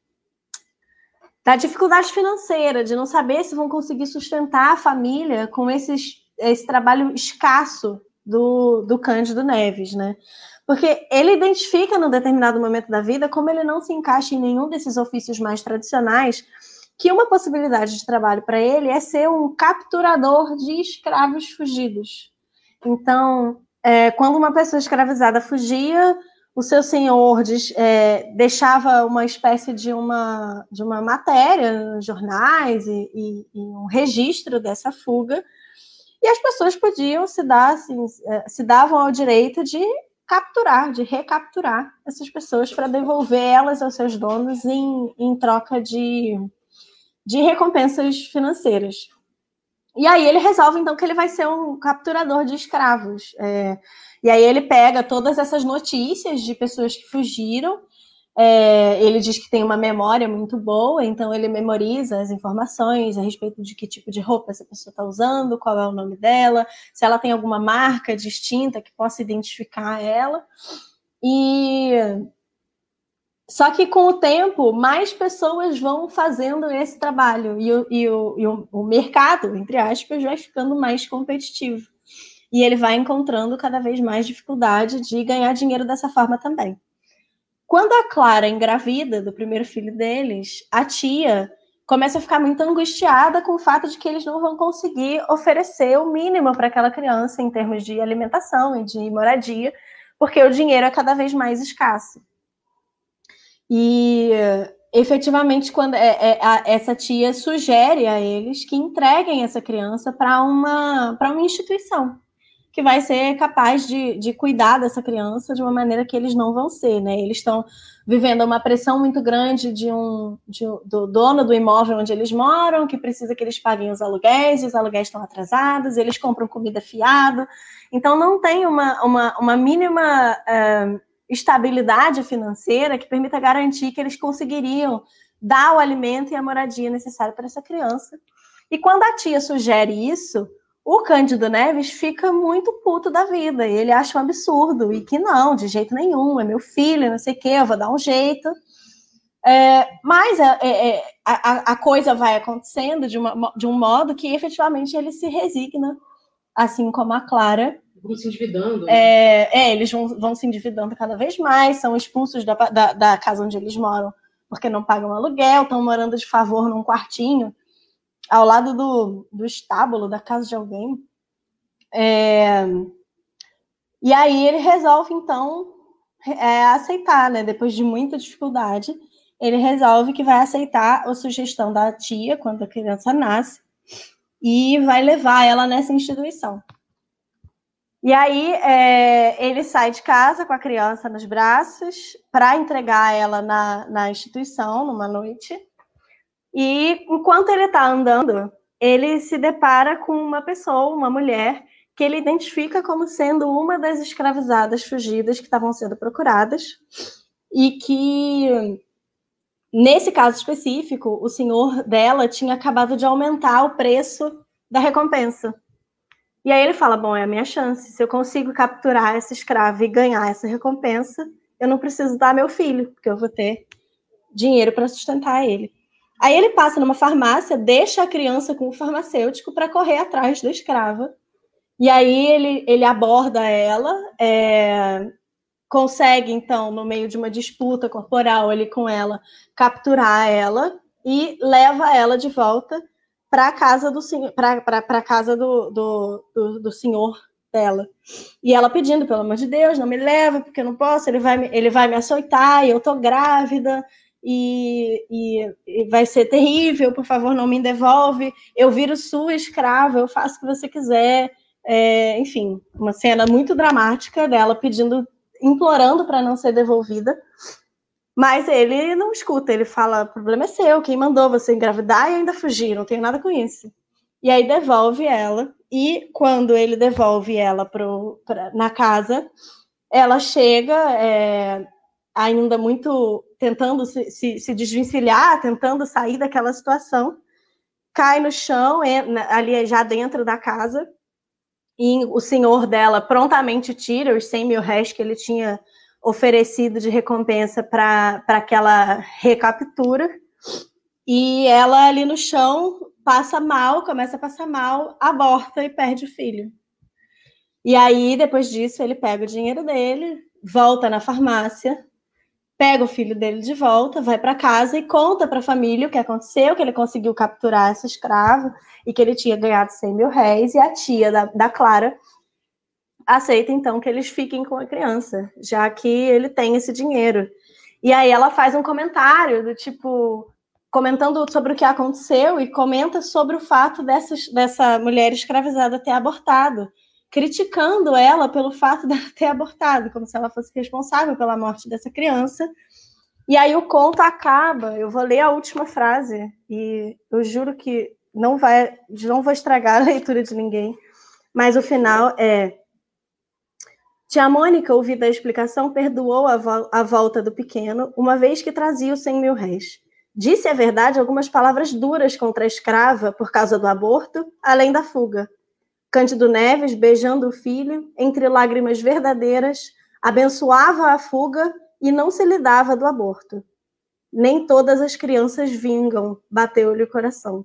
da dificuldade financeira, de não saber se vão conseguir sustentar a família com esses, esse trabalho escasso do, do Cândido Neves, né? Porque ele identifica, num determinado momento da vida, como ele não se encaixa em nenhum desses ofícios mais tradicionais, que uma possibilidade de trabalho para ele é ser um capturador de escravos fugidos. Então, é, quando uma pessoa escravizada fugia, o seu senhor é, deixava uma espécie de uma, de uma matéria nos jornais e, e, e um registro dessa fuga, e as pessoas podiam se dar, assim, se davam ao direito de capturar, de recapturar essas pessoas para devolver elas aos seus donos em, em troca de, de recompensas financeiras. E aí ele resolve, então, que ele vai ser um capturador de escravos. É, e aí ele pega todas essas notícias de pessoas que fugiram. É, ele diz que tem uma memória muito boa, então ele memoriza as informações a respeito de que tipo de roupa essa pessoa está usando, qual é o nome dela, se ela tem alguma marca distinta que possa identificar ela. E só que com o tempo, mais pessoas vão fazendo esse trabalho e o, e o, e o, o mercado, entre aspas, vai ficando mais competitivo. E ele vai encontrando cada vez mais dificuldade de ganhar dinheiro dessa forma também. Quando a Clara engravida do primeiro filho deles, a tia começa a ficar muito angustiada com o fato de que eles não vão conseguir oferecer o mínimo para aquela criança em termos de alimentação e de moradia, porque o dinheiro é cada vez mais escasso. E, efetivamente, quando é, é, a, essa tia sugere a eles que entreguem essa criança para uma, para uma instituição que vai ser capaz de, de cuidar dessa criança de uma maneira que eles não vão ser, né? Eles estão vivendo uma pressão muito grande de um, de, do dono do imóvel onde eles moram, que precisa que eles paguem os aluguéis, e os aluguéis estão atrasados, eles compram comida fiado, então não tem uma, uma, uma mínima uh, estabilidade financeira que permita garantir que eles conseguiriam dar o alimento e a moradia necessária para essa criança. E quando a tia sugere isso, o Cândido Neves fica muito puto da vida, e ele acha um absurdo, e que não, de jeito nenhum, é meu filho, não sei o quê, eu vou dar um jeito. É, mas é, é, a, a coisa vai acontecendo de, uma, de um modo que, efetivamente, ele se resigna, assim como a Clara. Vão se endividando. Né? É, é, eles vão, vão se endividando cada vez mais, são expulsos da, da, da casa onde eles moram, porque não pagam aluguel, estão morando de favor num quartinho, ao lado do, do estábulo da casa de alguém. É... E aí ele resolve, então, é, aceitar, né? Depois de muita dificuldade, ele resolve que vai aceitar a sugestão da tia, quando a criança nasce, e vai levar ela nessa instituição. E aí é, ele sai de casa com a criança nos braços para entregar ela na, na instituição, numa noite. E enquanto ele está andando, ele se depara com uma pessoa, uma mulher, que ele identifica como sendo uma das escravizadas fugidas que estavam sendo procuradas, e que, nesse caso específico, o senhor dela tinha acabado de aumentar o preço da recompensa. E aí ele fala, bom, é a minha chance, se eu consigo capturar essa escrava e ganhar essa recompensa, eu não preciso dar meu filho, porque eu vou ter dinheiro para sustentar ele. Aí ele passa numa farmácia, deixa a criança com o farmacêutico para correr atrás da escrava. E aí ele, ele aborda ela, é, consegue, então, no meio de uma disputa corporal, ele com ela, capturar ela e leva ela de volta para a casa do, pra, pra, pra casa do, do, do, do senhor dela. E ela pedindo, pelo amor de Deus, não me leva, porque eu não posso, ele vai, ele vai me açoitar, e eu tô grávida, e, e, e vai ser terrível, por favor, não me devolve, eu viro sua escrava, eu faço o que você quiser. É, enfim, uma cena muito dramática dela pedindo, implorando para não ser devolvida, mas ele não escuta, ele fala, o problema é seu, quem mandou você engravidar e ainda fugir, não tenho nada com isso. E aí devolve ela, e quando ele devolve ela pro, pra, na casa, ela chega é, ainda muito tentando se, se, se desvencilhar, tentando sair daquela situação, cai no chão, ali já dentro da casa, e o senhor dela prontamente tira os cem mil réis que ele tinha oferecido de recompensa para aquela recaptura, e ela ali no chão passa mal, começa a passar mal, aborta e perde o filho. E aí, depois disso, ele pega o dinheiro dele, volta na farmácia, pega o filho dele de volta, vai para casa e conta para a família o que aconteceu, que ele conseguiu capturar essa escrava e que ele tinha ganhado cem mil réis, e a tia da, da Clara aceita, então, que eles fiquem com a criança, já que ele tem esse dinheiro. E aí ela faz um comentário do tipo, comentando sobre o que aconteceu, e comenta sobre o fato dessa, dessa mulher escravizada ter abortado, criticando ela pelo fato dela ter abortado, como se ela fosse responsável pela morte dessa criança. E aí o conto acaba, eu vou ler a última frase, e eu juro que não, vai, não vou estragar a leitura de ninguém, mas o final é: tia Mônica, ouvida a explicação, perdoou a, vo a volta do pequeno, uma vez que trazia os cem mil réis. Disse a verdade algumas palavras duras contra a escrava por causa do aborto, além da fuga. Cândido Neves, beijando o filho, entre lágrimas verdadeiras, abençoava a fuga e não se lidava do aborto. Nem todas as crianças vingam, bateu-lhe o coração.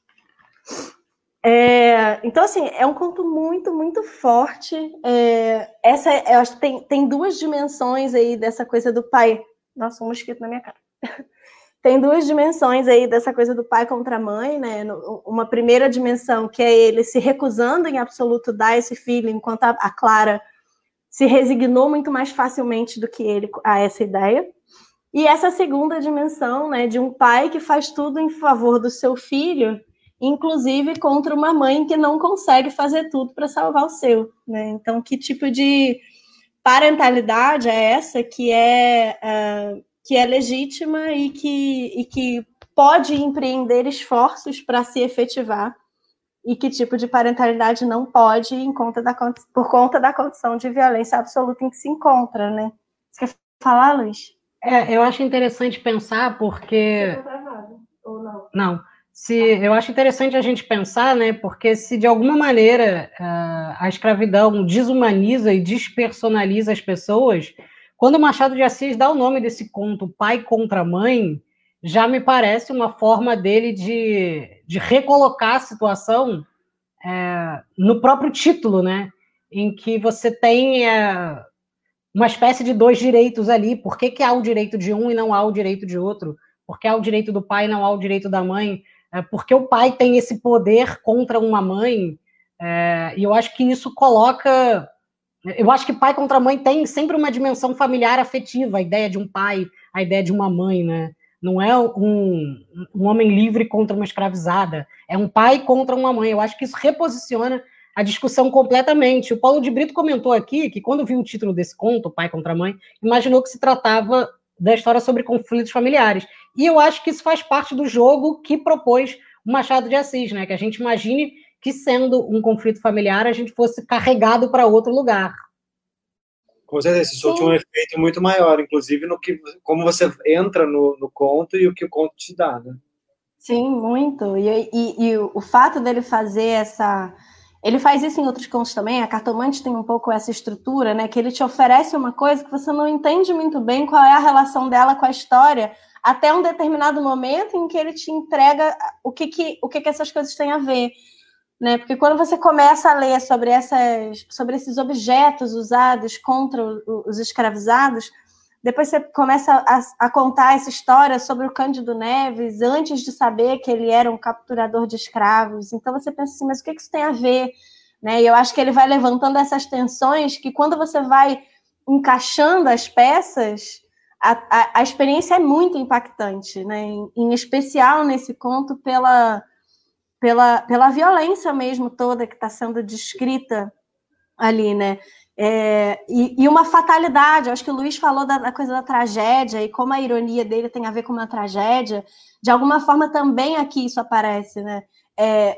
É, então, assim, é um conto muito, muito forte. É, essa, eu acho que tem, tem duas dimensões aí dessa coisa do pai. Nossa, um mosquito na minha cara. Tem duas dimensões aí dessa coisa do pai contra a mãe, né? Uma primeira dimensão, que é ele se recusando em absoluto dar esse filho, enquanto a, a Clara se resignou muito mais facilmente do que ele a essa ideia. E essa segunda dimensão, né, de um pai que faz tudo em favor do seu filho, inclusive contra uma mãe que não consegue fazer tudo para salvar o seu, né? Então, que tipo de parentalidade é essa que é, uh, que é legítima e que, e que pode empreender esforços para se efetivar, e que tipo de parentalidade não pode em conta da, por conta da condição de violência absoluta em que se encontra, né? Você quer falar, Luiz? É, eu acho interessante pensar porque... Você não tá errado, ou não? Não. Se, eu acho interessante a gente pensar, né, porque se de alguma maneira uh, a escravidão desumaniza e despersonaliza as pessoas, quando o Machado de Assis dá o nome desse conto, Pai contra Mãe, já me parece uma forma dele de, de recolocar a situação é, no próprio título, né, em que você tem é, uma espécie de dois direitos ali. Por que, que há o direito de um e não há o direito de outro? Por que há o direito do pai e não há o direito da mãe? É, porque o pai tem esse poder contra uma mãe, é, e eu acho que isso coloca... Eu acho que pai contra mãe tem sempre uma dimensão familiar afetiva, a ideia de um pai, a ideia de uma mãe, né? Não é um, um homem livre contra uma escravizada, é um pai contra uma mãe. Eu acho que isso reposiciona a discussão completamente. O Paulo de Brito comentou aqui que quando viu o título desse conto, Pai contra Mãe, imaginou que se tratava da história sobre conflitos familiares. E eu acho que isso faz parte do jogo que propôs o Machado de Assis, né? Que a gente imagine que, sendo um conflito familiar, a gente fosse carregado para outro lugar. Com certeza, isso tinha um efeito muito maior, inclusive no que, como você entra no, no conto e o que o conto te dá, né? Sim, muito. E, e, e o fato dele fazer essa... Ele faz isso em outros contos também. A Cartomante tem um pouco essa estrutura, né? Que ele te oferece uma coisa que você não entende muito bem qual é a relação dela com a história, até um determinado momento em que ele te entrega o que, que, o que, que essas coisas têm a ver. Né? Porque quando você começa a ler sobre, essas, sobre esses objetos usados contra os escravizados, depois você começa a, a contar essa história sobre o Cândido Neves, antes de saber que ele era um capturador de escravos. Então você pensa assim, mas o que isso tem a ver? né? E eu acho que ele vai levantando essas tensões que, quando você vai encaixando as peças, a, a, a experiência é muito impactante, né? Em, em especial nesse conto pela, pela, pela violência mesmo toda que está sendo descrita ali, né? É, e, e uma fatalidade. Eu acho que o Luiz falou da, da coisa da tragédia e como a ironia dele tem a ver com uma tragédia. De alguma forma também aqui isso aparece, né? É,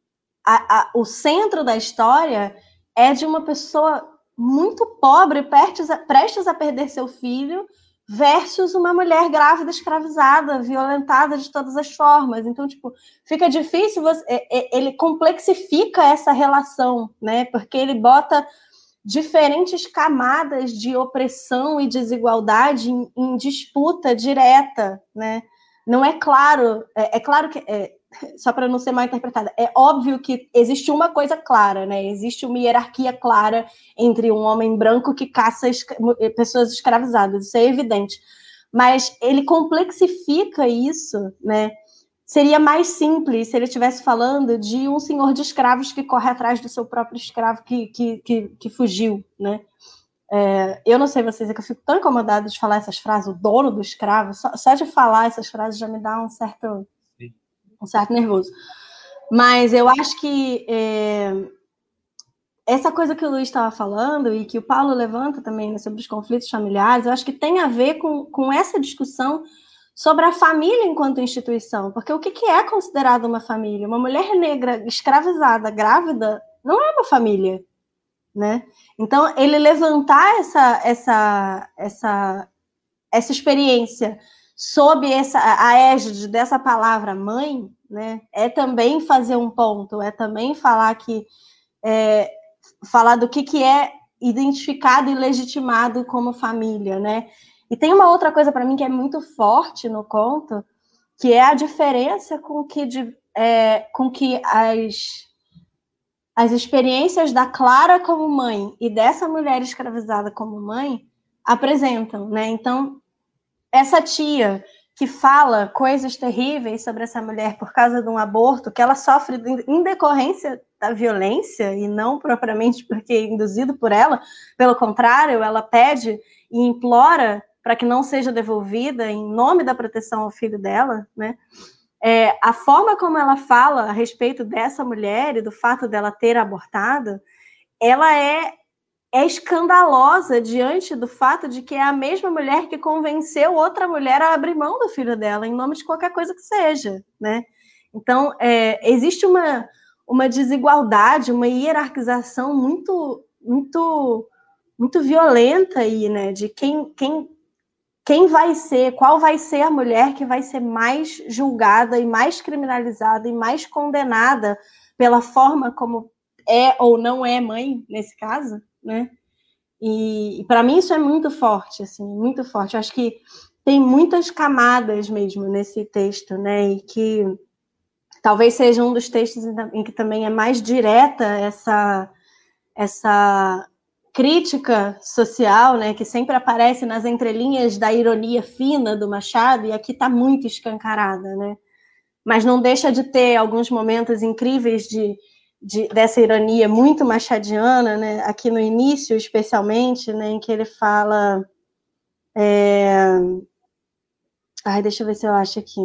a, a, o centro da história é de uma pessoa muito pobre, prestes a, prestes a perder seu filho, versus uma mulher grávida, escravizada, violentada de todas as formas. Então, tipo, fica difícil, você, ele complexifica essa relação, né? Porque ele bota diferentes camadas de opressão e desigualdade em, em disputa direta, né? Não é claro, é, é claro que, é, só para não ser mal interpretada, é óbvio que existe uma coisa clara, né? Existe uma hierarquia clara entre um homem branco que caça esca- pessoas escravizadas, isso é evidente. Mas ele complexifica isso, né? Seria mais simples se ele estivesse falando de um senhor de escravos que corre atrás do seu próprio escravo que, que, que, que fugiu, né? É, eu não sei vocês, é que eu fico tão incomodada de falar essas frases, o dono do escravo, só, só de falar essas frases já me dá um certo, um certo nervoso. Mas eu acho que é, essa coisa que o Luiz estava falando e que o Paulo levanta também, né, sobre os conflitos familiares, eu acho que tem a ver com, com essa discussão sobre a família enquanto instituição, porque o que, que é considerado uma família? Uma mulher negra escravizada, grávida, não é uma família, né? Então, ele levantar essa, essa, essa, essa experiência sob essa, a égide dessa palavra mãe, né, é também fazer um ponto, é também falar que é, falar do que, que é identificado e legitimado como família, né? E tem uma outra coisa para mim que é muito forte no conto, que é a diferença com que, de, é, com que as, as experiências da Clara como mãe e dessa mulher escravizada como mãe apresentam, né? Então, essa tia que fala coisas terríveis sobre essa mulher por causa de um aborto, que ela sofre em decorrência da violência e não propriamente porque é induzido por ela, pelo contrário, ela pede e implora para que não seja devolvida em nome da proteção ao filho dela, né? É, a forma como ela fala a respeito dessa mulher e do fato dela ter abortado, ela é, é escandalosa diante do fato de que é a mesma mulher que convenceu outra mulher a abrir mão do filho dela, em nome de qualquer coisa que seja, né? Então, é, existe uma, uma desigualdade, uma hierarquização muito, muito, muito violenta aí, né? De quem... quem Quem vai ser, qual vai ser a mulher que vai ser mais julgada e mais criminalizada e mais condenada pela forma como é ou não é mãe, nesse caso, né? E, e para mim isso é muito forte, assim, muito forte. Eu acho que tem muitas camadas mesmo nesse texto, né? E que talvez seja um dos textos em que também é mais direta essa, essa crítica social, né, que sempre aparece nas entrelinhas da ironia fina do Machado, e aqui está muito escancarada, né? Mas não deixa de ter alguns momentos incríveis de, de, dessa ironia muito machadiana, né? Aqui no início, especialmente, né, em que ele fala... É... Ai, deixa eu ver se eu acho aqui.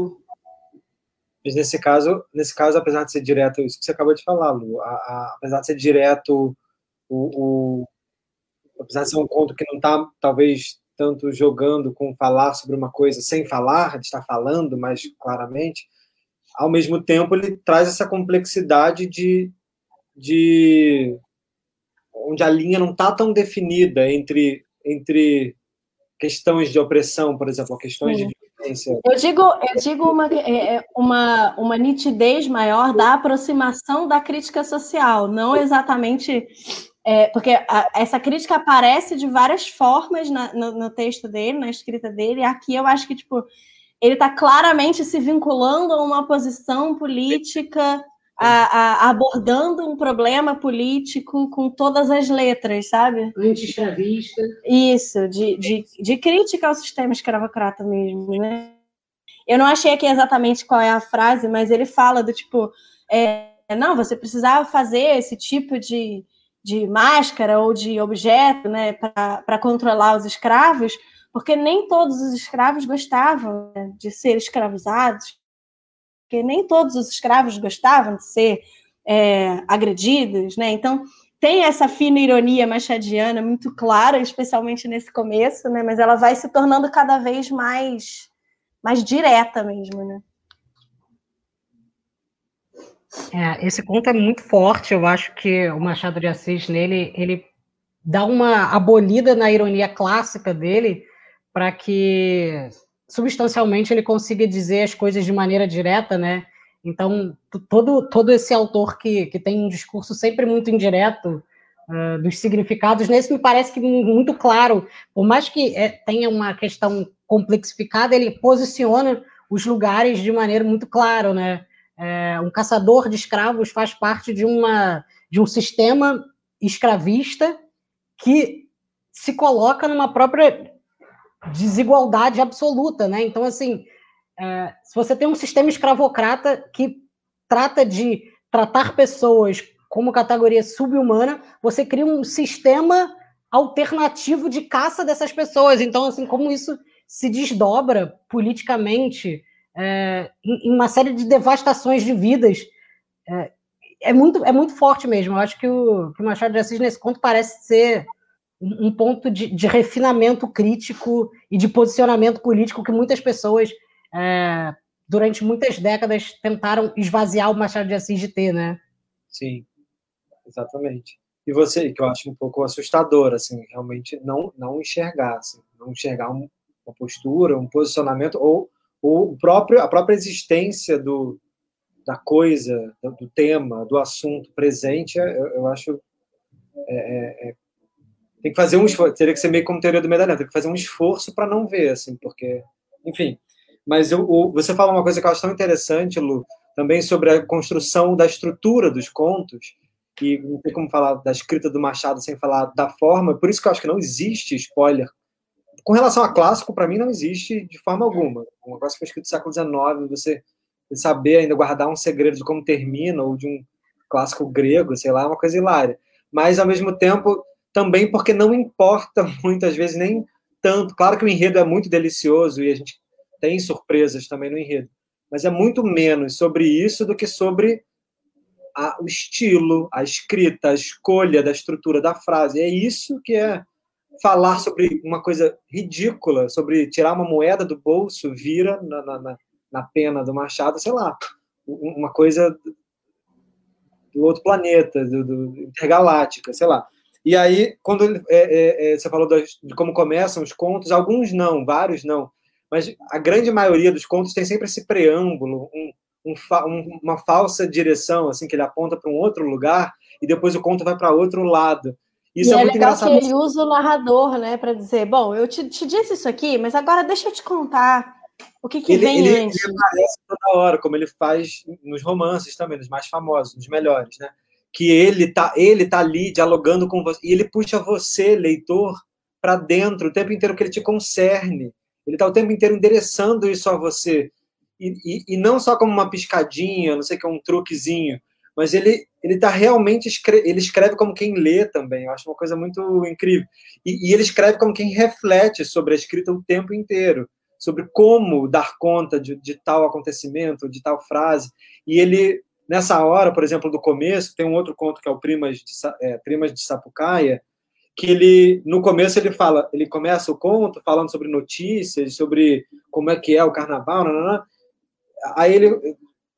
Mas nesse caso, nesse caso, apesar de ser direto, isso que você acabou de falar, Lu, a, a, apesar de ser direto, o, o, apesar de ser um conto que não está, talvez, tanto jogando com falar sobre uma coisa sem falar, de estar falando mais claramente, ao mesmo tempo ele traz essa complexidade de, de onde a linha não está tão definida entre, entre questões de opressão, por exemplo, questões Sim. de violência. Eu digo, eu digo uma, uma, uma nitidez maior da aproximação da crítica social, não exatamente... É, porque a, essa crítica aparece de várias formas na, no, no texto dele, na escrita dele, e aqui eu acho que tipo, ele está claramente se vinculando a uma posição política, a, a, abordando um problema político com todas as letras, sabe? Anti-escravista. Isso, de, de, de crítica ao sistema escravocrata mesmo, né? Eu não achei aqui exatamente qual é a frase, mas ele fala do tipo... É, não, você precisava fazer esse tipo de, de máscara ou de objeto, né, para controlar os escravos, porque nem todos os escravos gostavam, né, de ser escravizados, porque nem todos os escravos gostavam de ser é, agredidos, né? Então, tem essa fina ironia machadiana muito clara, especialmente nesse começo, né? Mas ela vai se tornando cada vez mais, mais direta mesmo, né? É, esse conto é muito forte. Eu acho que o Machado de Assis, nele, ele dá uma abolida na ironia clássica dele para que, substancialmente, ele consiga dizer as coisas de maneira direta, né? Então, todo, todo esse autor que, que tem um discurso sempre muito indireto uh, dos significados, nesse me parece que muito claro, por mais que é, tenha uma questão complexificada, ele posiciona os lugares de maneira muito clara, né? É, um caçador de escravos faz parte de, uma, de um sistema escravista que se coloca numa própria desigualdade absoluta, né? Então, assim, é, se você tem um sistema escravocrata que trata de tratar pessoas como categoria subhumana, você cria um sistema alternativo de caça dessas pessoas. Então, assim, como isso se desdobra politicamente é, em, em uma série de devastações de vidas, é, é, muito, é muito forte mesmo. Eu acho que o, que o Machado de Assis, nesse conto, parece ser um, um ponto de, de refinamento crítico e de posicionamento político que muitas pessoas, é, durante muitas décadas, tentaram esvaziar o Machado de Assis de ter, né? Sim, exatamente. E você, que eu acho um pouco assustador, assim, realmente não, não enxergar, assim, não enxergar um, uma postura, um posicionamento, ou, ou o próprio, a própria existência do, da coisa, do, do tema, do assunto presente, eu, eu acho... É, é, tem que fazer um esforço, teria que ser meio como teoria do medalhão, tem que fazer um esforço para não ver, assim, porque... Enfim, mas eu, o, você fala uma coisa que eu acho tão interessante, Lu, também sobre a construção da estrutura dos contos, e não tem como falar da escrita do Machado sem falar da forma, por isso que eu acho que não existe spoiler. Com relação a clássico, para mim não existe de forma alguma. Um negócio que foi escrito no século dezenove, você saber ainda guardar um segredo de como termina, ou de um clássico grego, sei lá, é uma coisa hilária. Mas, ao mesmo tempo, também porque não importa muitas vezes nem tanto. Claro que o enredo é muito delicioso e a gente tem surpresas também no enredo, mas é muito menos sobre isso do que sobre a, o estilo, a escrita, a escolha da estrutura da frase. É isso que é falar sobre uma coisa ridícula, sobre tirar uma moeda do bolso, vira na, na, na pena do Machado, sei lá, uma coisa do outro planeta, do, do intergaláctica, sei lá. E aí, quando é, é, é, você falou de como começam os contos, alguns não, vários não, mas a grande maioria dos contos tem sempre esse preâmbulo, um, um, um, uma falsa direção, assim, que ele aponta para um outro lugar e depois o conto vai para outro lado. Isso e é, é muito legal engraçado. Que ele usa o narrador, né, para dizer, bom, eu te, te disse isso aqui, mas agora deixa eu te contar o que, que ele, vem ele, antes. Ele aparece toda hora, como ele faz nos romances também, nos mais famosos, nos melhores, né? Que ele tá, ele tá ali dialogando com você, e ele puxa você, leitor, para dentro o tempo inteiro, que ele te concerne. Ele está o tempo inteiro endereçando isso a você. E, e, e não só como uma piscadinha, não sei o que, um truquezinho, mas ele ele está realmente escreve, ele escreve como quem lê também. Eu acho uma coisa muito incrível. E, e ele escreve como quem reflete sobre a escrita o tempo inteiro, sobre como dar conta de, de tal acontecimento, de tal frase. E ele, nessa hora, por exemplo, do começo, tem um outro conto que é o Primas de, é, Primas de Sapucaia, que ele, no começo, ele fala, ele começa o conto falando sobre notícias, sobre como é que é o carnaval, não, não, não. Aí ele,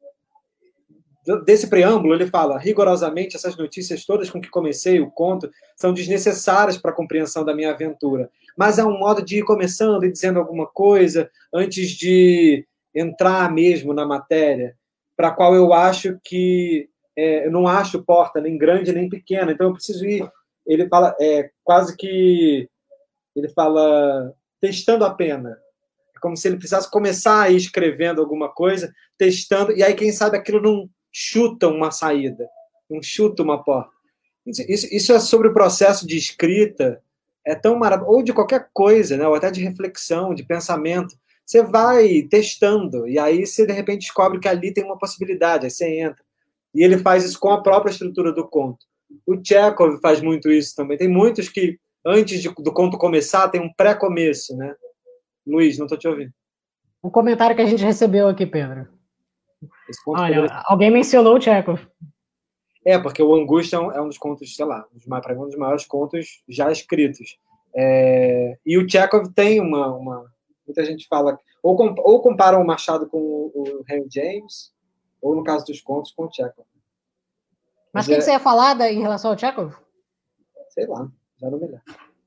desse preâmbulo, ele fala, rigorosamente, essas notícias todas com que comecei o conto são desnecessárias para a compreensão da minha aventura, mas é um modo de ir começando e dizendo alguma coisa antes de entrar mesmo na matéria, para a qual eu acho que, é, eu não acho porta nem grande nem pequena, então eu preciso ir. Ele fala, é, quase que, ele fala, testando a pena. É como se ele precisasse começar a ir escrevendo alguma coisa, testando, e aí, quem sabe, aquilo não chuta uma saída, não chuta uma porta. Isso, isso, isso é sobre o processo de escrita, é tão maravilhoso, ou de qualquer coisa, né? Ou até de reflexão, de pensamento. Você vai testando, e aí você, de repente, descobre que ali tem uma possibilidade, aí você entra. E ele faz isso com a própria estrutura do conto. O Chekhov faz muito isso também. Tem muitos que, antes de, do conto começar, tem um pré-começo, né? Luiz, não estou te ouvindo. O comentário que a gente recebeu aqui, Pedro. Olha, poderia... alguém mencionou o Chekhov. É, porque o Angústia é um, é um dos contos, sei lá, para mim, um dos maiores contos já escritos. É... E o Chekhov tem uma, uma... Muita gente fala... Ou, comp... ou compara o Machado com o Henry James, ou, no caso dos contos, com o Chekhov. Mas o que, é... que você ia falar da, em relação ao Chekhov? Sei lá, já não me lembro.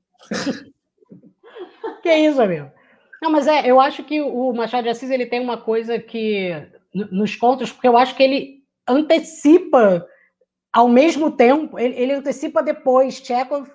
Que isso, amigo? Não, mas é, eu acho que o Machado de Assis ele tem uma coisa que, nos contos, porque eu acho que ele antecipa ao mesmo tempo, ele, ele antecipa depois Chekhov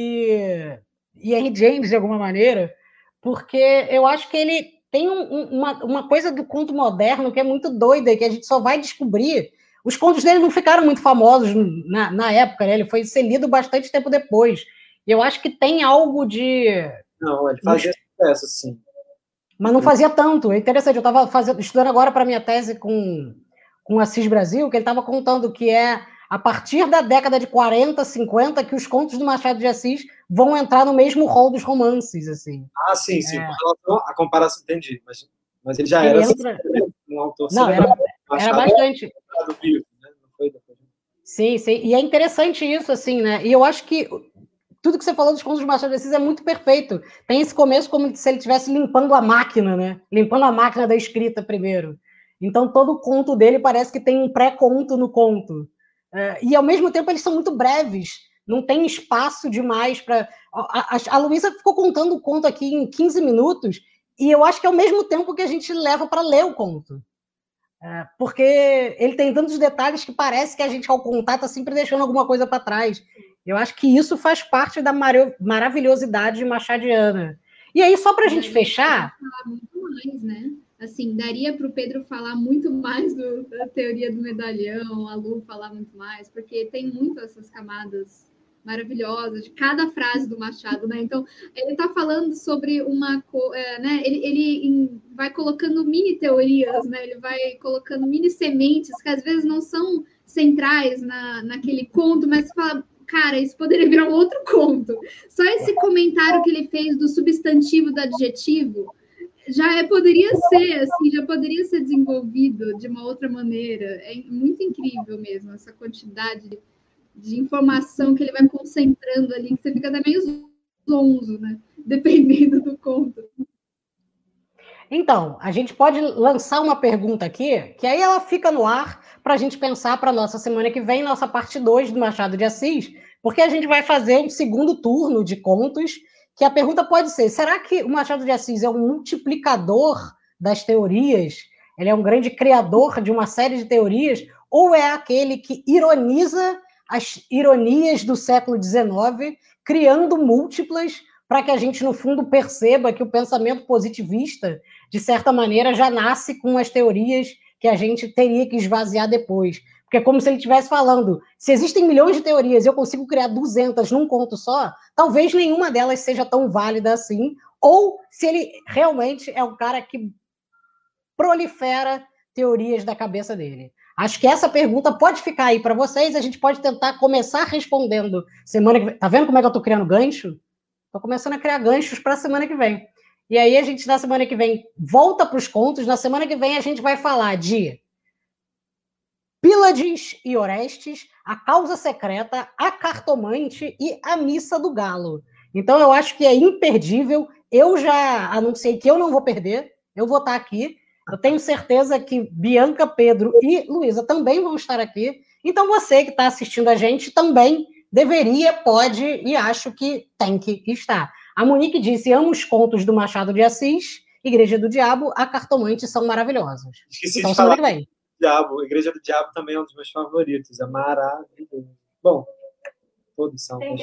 e, e Henry James, de alguma maneira, porque eu acho que ele tem um, uma, uma coisa do conto moderno que é muito doida e que a gente só vai descobrir. Os contos dele não ficaram muito famosos na, na época, né? Ele foi ser lido bastante tempo depois. E eu acho que tem algo de... Não, ele fazia sucesso, sim. Mas não fazia tanto. É interessante, eu estava estudando agora para minha tese com, com Assis Brasil, que ele estava contando que é a partir da década de quarenta, cinquenta, que os contos do Machado de Assis vão entrar no mesmo rol dos romances, assim. Ah, sim, sim. É... A comparação, entendi. Mas, mas ele já ele era entra... um autor... Não, era, era bastante. Era vivo, né? Não foi depois. Sim, sim. E é interessante isso, assim, né? E eu acho que tudo que você falou dos contos do Machado de Assis é muito perfeito. Tem esse começo como se ele estivesse limpando a máquina, né? Limpando a máquina da escrita primeiro. Então, todo o conto dele parece que tem um pré-conto no conto. Uh, e, ao mesmo tempo, eles são muito breves. Não tem espaço demais para... A, a, a Luísa ficou contando o conto aqui em quinze minutos e eu acho que é ao mesmo tempo que a gente leva para ler o conto. Uh, porque ele tem tantos detalhes que parece que a gente, ao contar, está sempre deixando alguma coisa para trás. Eu acho que isso faz parte da mar- maravilhosidade machadiana. E aí, só para a gente fechar... falar muito mais, né? Assim, daria para o Pedro falar muito mais do, da teoria do medalhão, a Lu falar muito mais, porque tem muito essas camadas maravilhosas de cada frase do Machado, né? Então, ele está falando sobre uma... É, né? Ele, ele em, vai colocando mini teorias, né? Ele vai colocando mini sementes que às vezes não são centrais na, naquele conto, mas fala... Cara, isso poderia virar um outro conto. Só esse comentário que ele fez do substantivo do adjetivo já é, poderia ser, assim, já poderia ser desenvolvido de uma outra maneira. É muito incrível mesmo, essa quantidade de, de informação que ele vai concentrando ali, que você fica até meio zonzo, né? Dependendo do conto. Então, a gente pode lançar uma pergunta aqui, que aí ela fica no ar para a gente pensar para a nossa semana que vem, nossa parte dois do Machado de Assis, porque a gente vai fazer um segundo turno de contos, que a pergunta pode ser, será que o Machado de Assis é um multiplicador das teorias? Ele é um grande criador de uma série de teorias? Ou é aquele que ironiza as ironias do século dezenove, criando múltiplas para que a gente, no fundo, perceba que o pensamento positivista, de certa maneira, já nasce com as teorias que a gente teria que esvaziar depois. Porque é como se ele estivesse falando, se existem milhões de teorias e eu consigo criar duzentas num conto só, talvez nenhuma delas seja tão válida assim, ou se ele realmente é o cara que prolifera teorias da cabeça dele. Acho que essa pergunta pode ficar aí para vocês, a gente pode tentar começar respondendo semana que vem. Tá vendo como é que eu tô criando gancho? Tô começando a criar ganchos para a semana que vem. E aí a gente, na semana que vem, volta para os contos. Na semana que vem a gente vai falar de Pílades e Orestes, A Causa Secreta, A Cartomante e A Missa do Galo. Então eu acho que é imperdível. Eu já anunciei que eu não vou perder. Eu vou estar aqui. Eu tenho certeza que Bianca, Pedro e Luísa também vão estar aqui. Então você que está assistindo a gente também deveria, pode e acho que tem que estar. A Monique disse, amo os contos do Machado de Assis, Igreja do Diabo, A Cartomante são maravilhosos. Esqueci então, de falar. Bem. Diabo, Igreja do Diabo também é um dos meus favoritos, é maravilhoso. Bom, todos são. Mas...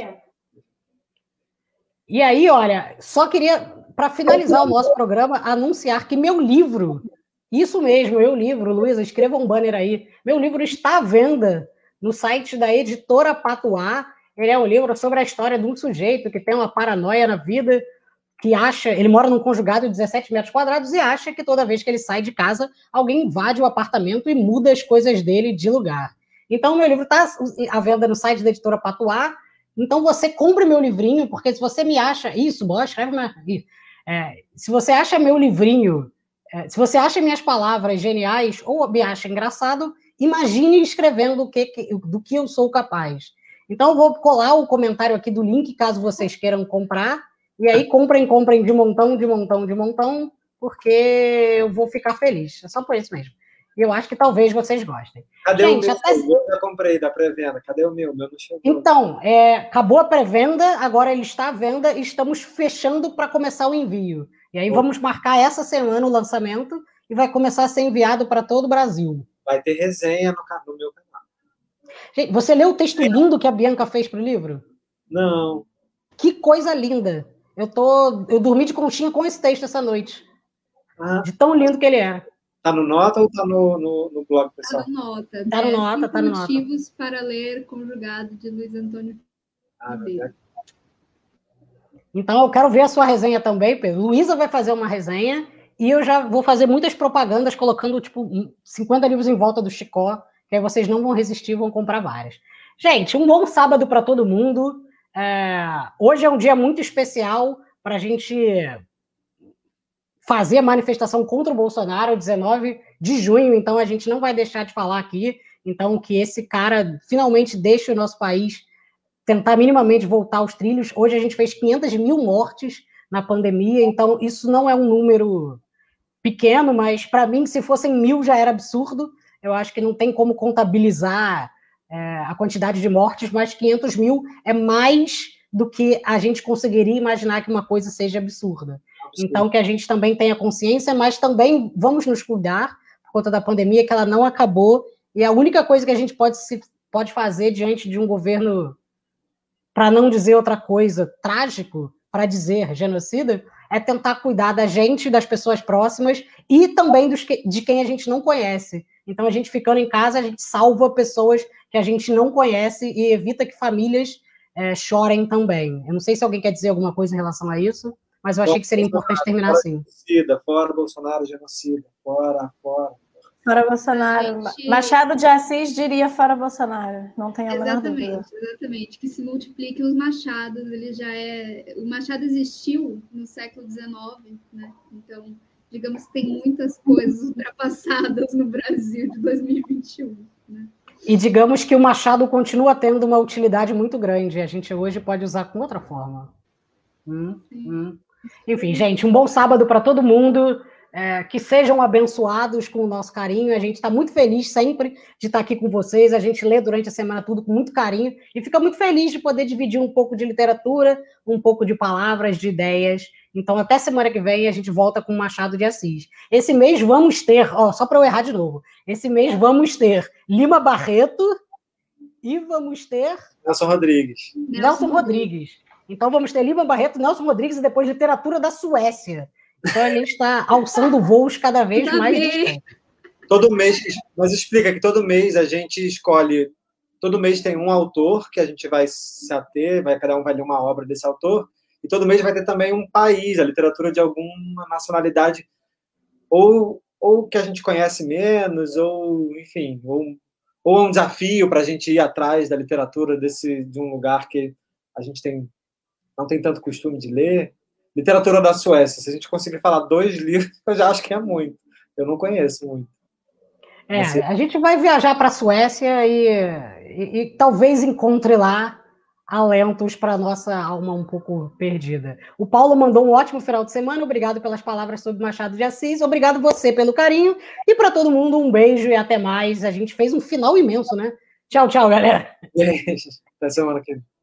E aí, olha, só queria, para finalizar o nosso programa, anunciar que meu livro, isso mesmo, meu livro, Luísa, escreva um banner aí, meu livro está à venda no site da editora Patuá. Ele é um livro sobre a história de um sujeito que tem uma paranoia na vida, que acha, ele mora num conjugado de dezessete metros quadrados e acha que toda vez que ele sai de casa, alguém invade o apartamento e muda as coisas dele de lugar. Então, meu livro está à venda no site da Editora Patuá. Então, você compre meu livrinho, porque se você me acha... Isso, boa, escreve na... É, se você acha meu livrinho... É, se você acha minhas palavras geniais ou me acha engraçado, imagine escrevendo o que, do que eu sou capaz. Então, eu vou colar o comentário aqui do link, caso vocês queiram comprar. E aí, comprem, comprem de montão, de montão, de montão, porque eu vou ficar feliz. É só por isso mesmo. E eu acho que talvez vocês gostem. Cadê Gente, o meu? até... Eu já comprei da pré-venda. Cadê o meu? O meu não chegou. Então, é, acabou a pré-venda, agora ele está à venda e estamos fechando para começar o envio. E aí vamos marcar essa semana o lançamento e vai começar a ser enviado para todo o Brasil. Vai ter resenha no, no meu canal. Gente, você leu o texto lindo que a Bianca fez para o livro? Não. Que coisa linda! Eu, tô, eu dormi de conchinha com esse texto essa noite. Ah. De tão lindo que ele era. Tá no Nota ou tá no, no, no blog, pessoal? Tá no Nota. Tá no Nota, tá no Nota. Motivos para ler Conjugado, de Luiz Antônio ah, Ribeiro. Então, eu quero ver a sua resenha também, Pedro. Luísa vai fazer uma resenha e eu já vou fazer muitas propagandas colocando, tipo, cinquenta livros em volta do Chicó, que aí vocês não vão resistir, vão comprar várias. Gente, um bom sábado para todo mundo. É... Hoje é um dia muito especial para a gente fazer a manifestação contra o Bolsonaro, dezenove de junho, então a gente não vai deixar de falar aqui, então que esse cara finalmente deixe o nosso país tentar minimamente voltar aos trilhos. Hoje a gente fez quinhentas mil mortes na pandemia, então isso não é um número pequeno, mas para mim, se fossem mil já era absurdo. Eu acho que não tem como contabilizar é, a quantidade de mortes, mas quinhentos mil é mais do que a gente conseguiria imaginar que uma coisa seja absurda. Então, que a gente também tenha consciência, mas também vamos nos cuidar por conta da pandemia, que ela não acabou, e a única coisa que a gente pode, se, pode fazer diante de um governo, para não dizer outra coisa, trágico, para dizer genocida, é tentar cuidar da gente, das pessoas próximas, e também dos que, de quem a gente não conhece. Então, a gente ficando em casa, a gente salva pessoas que a gente não conhece e evita que famílias é, chorem também. Eu não sei se alguém quer dizer alguma coisa em relação a isso, mas eu achei que seria importante terminar assim. Genocida, fora Bolsonaro, genocida. Fora, fora. Fora Bolsonaro. Gente... Machado de Assis diria fora Bolsonaro. Não tem a menor dúvida. Exatamente, exatamente. Que se multipliquem os machados. Ele já é... O Machado existiu no século dezenove, né? Então, digamos que tem muitas coisas ultrapassadas no Brasil de dois mil e vinte e um, né? E digamos que o Machado continua tendo uma utilidade muito grande. A gente hoje pode usar com outra forma. Hum, hum. Enfim, gente, um bom sábado para todo mundo, é, que sejam abençoados com o nosso carinho. A gente está muito feliz sempre de estar aqui com vocês, a gente lê durante a semana tudo com muito carinho e fica muito feliz de poder dividir um pouco de literatura, um pouco de palavras, de ideias. Então, até semana que vem a gente volta com Machado de Assis. Esse mês vamos ter, ó, só para eu errar de novo, esse mês vamos ter Lima Barreto e vamos ter... Nelson Rodrigues. Nelson Rodrigues. Então vamos ter Lima Barreto, Nelson Rodrigues e depois literatura da Suécia. Então a gente está alçando voos cada vez mais distantes. Todo mês, mas explica que todo mês a gente escolhe, todo mês tem um autor que a gente vai se ater, vai, cada um vai ler uma obra desse autor, e todo mês vai ter também um país, a literatura de alguma nacionalidade, ou, ou que a gente conhece menos, ou, enfim, ou, ou é um desafio para a gente ir atrás da literatura desse, de um lugar que a gente tem, não tem tanto costume de ler. Literatura da Suécia, se a gente conseguir falar dois livros, eu já acho que é muito. Eu não conheço muito. É, Você... a gente vai viajar para a Suécia e, e, e talvez encontre lá alentos para a nossa alma um pouco perdida. O Paulo mandou um ótimo final de semana, obrigado pelas palavras sobre Machado de Assis, obrigado você pelo carinho, e para todo mundo um beijo e até mais. A gente fez um final imenso, né? Tchau, tchau, galera. Beijo. Até semana que vem.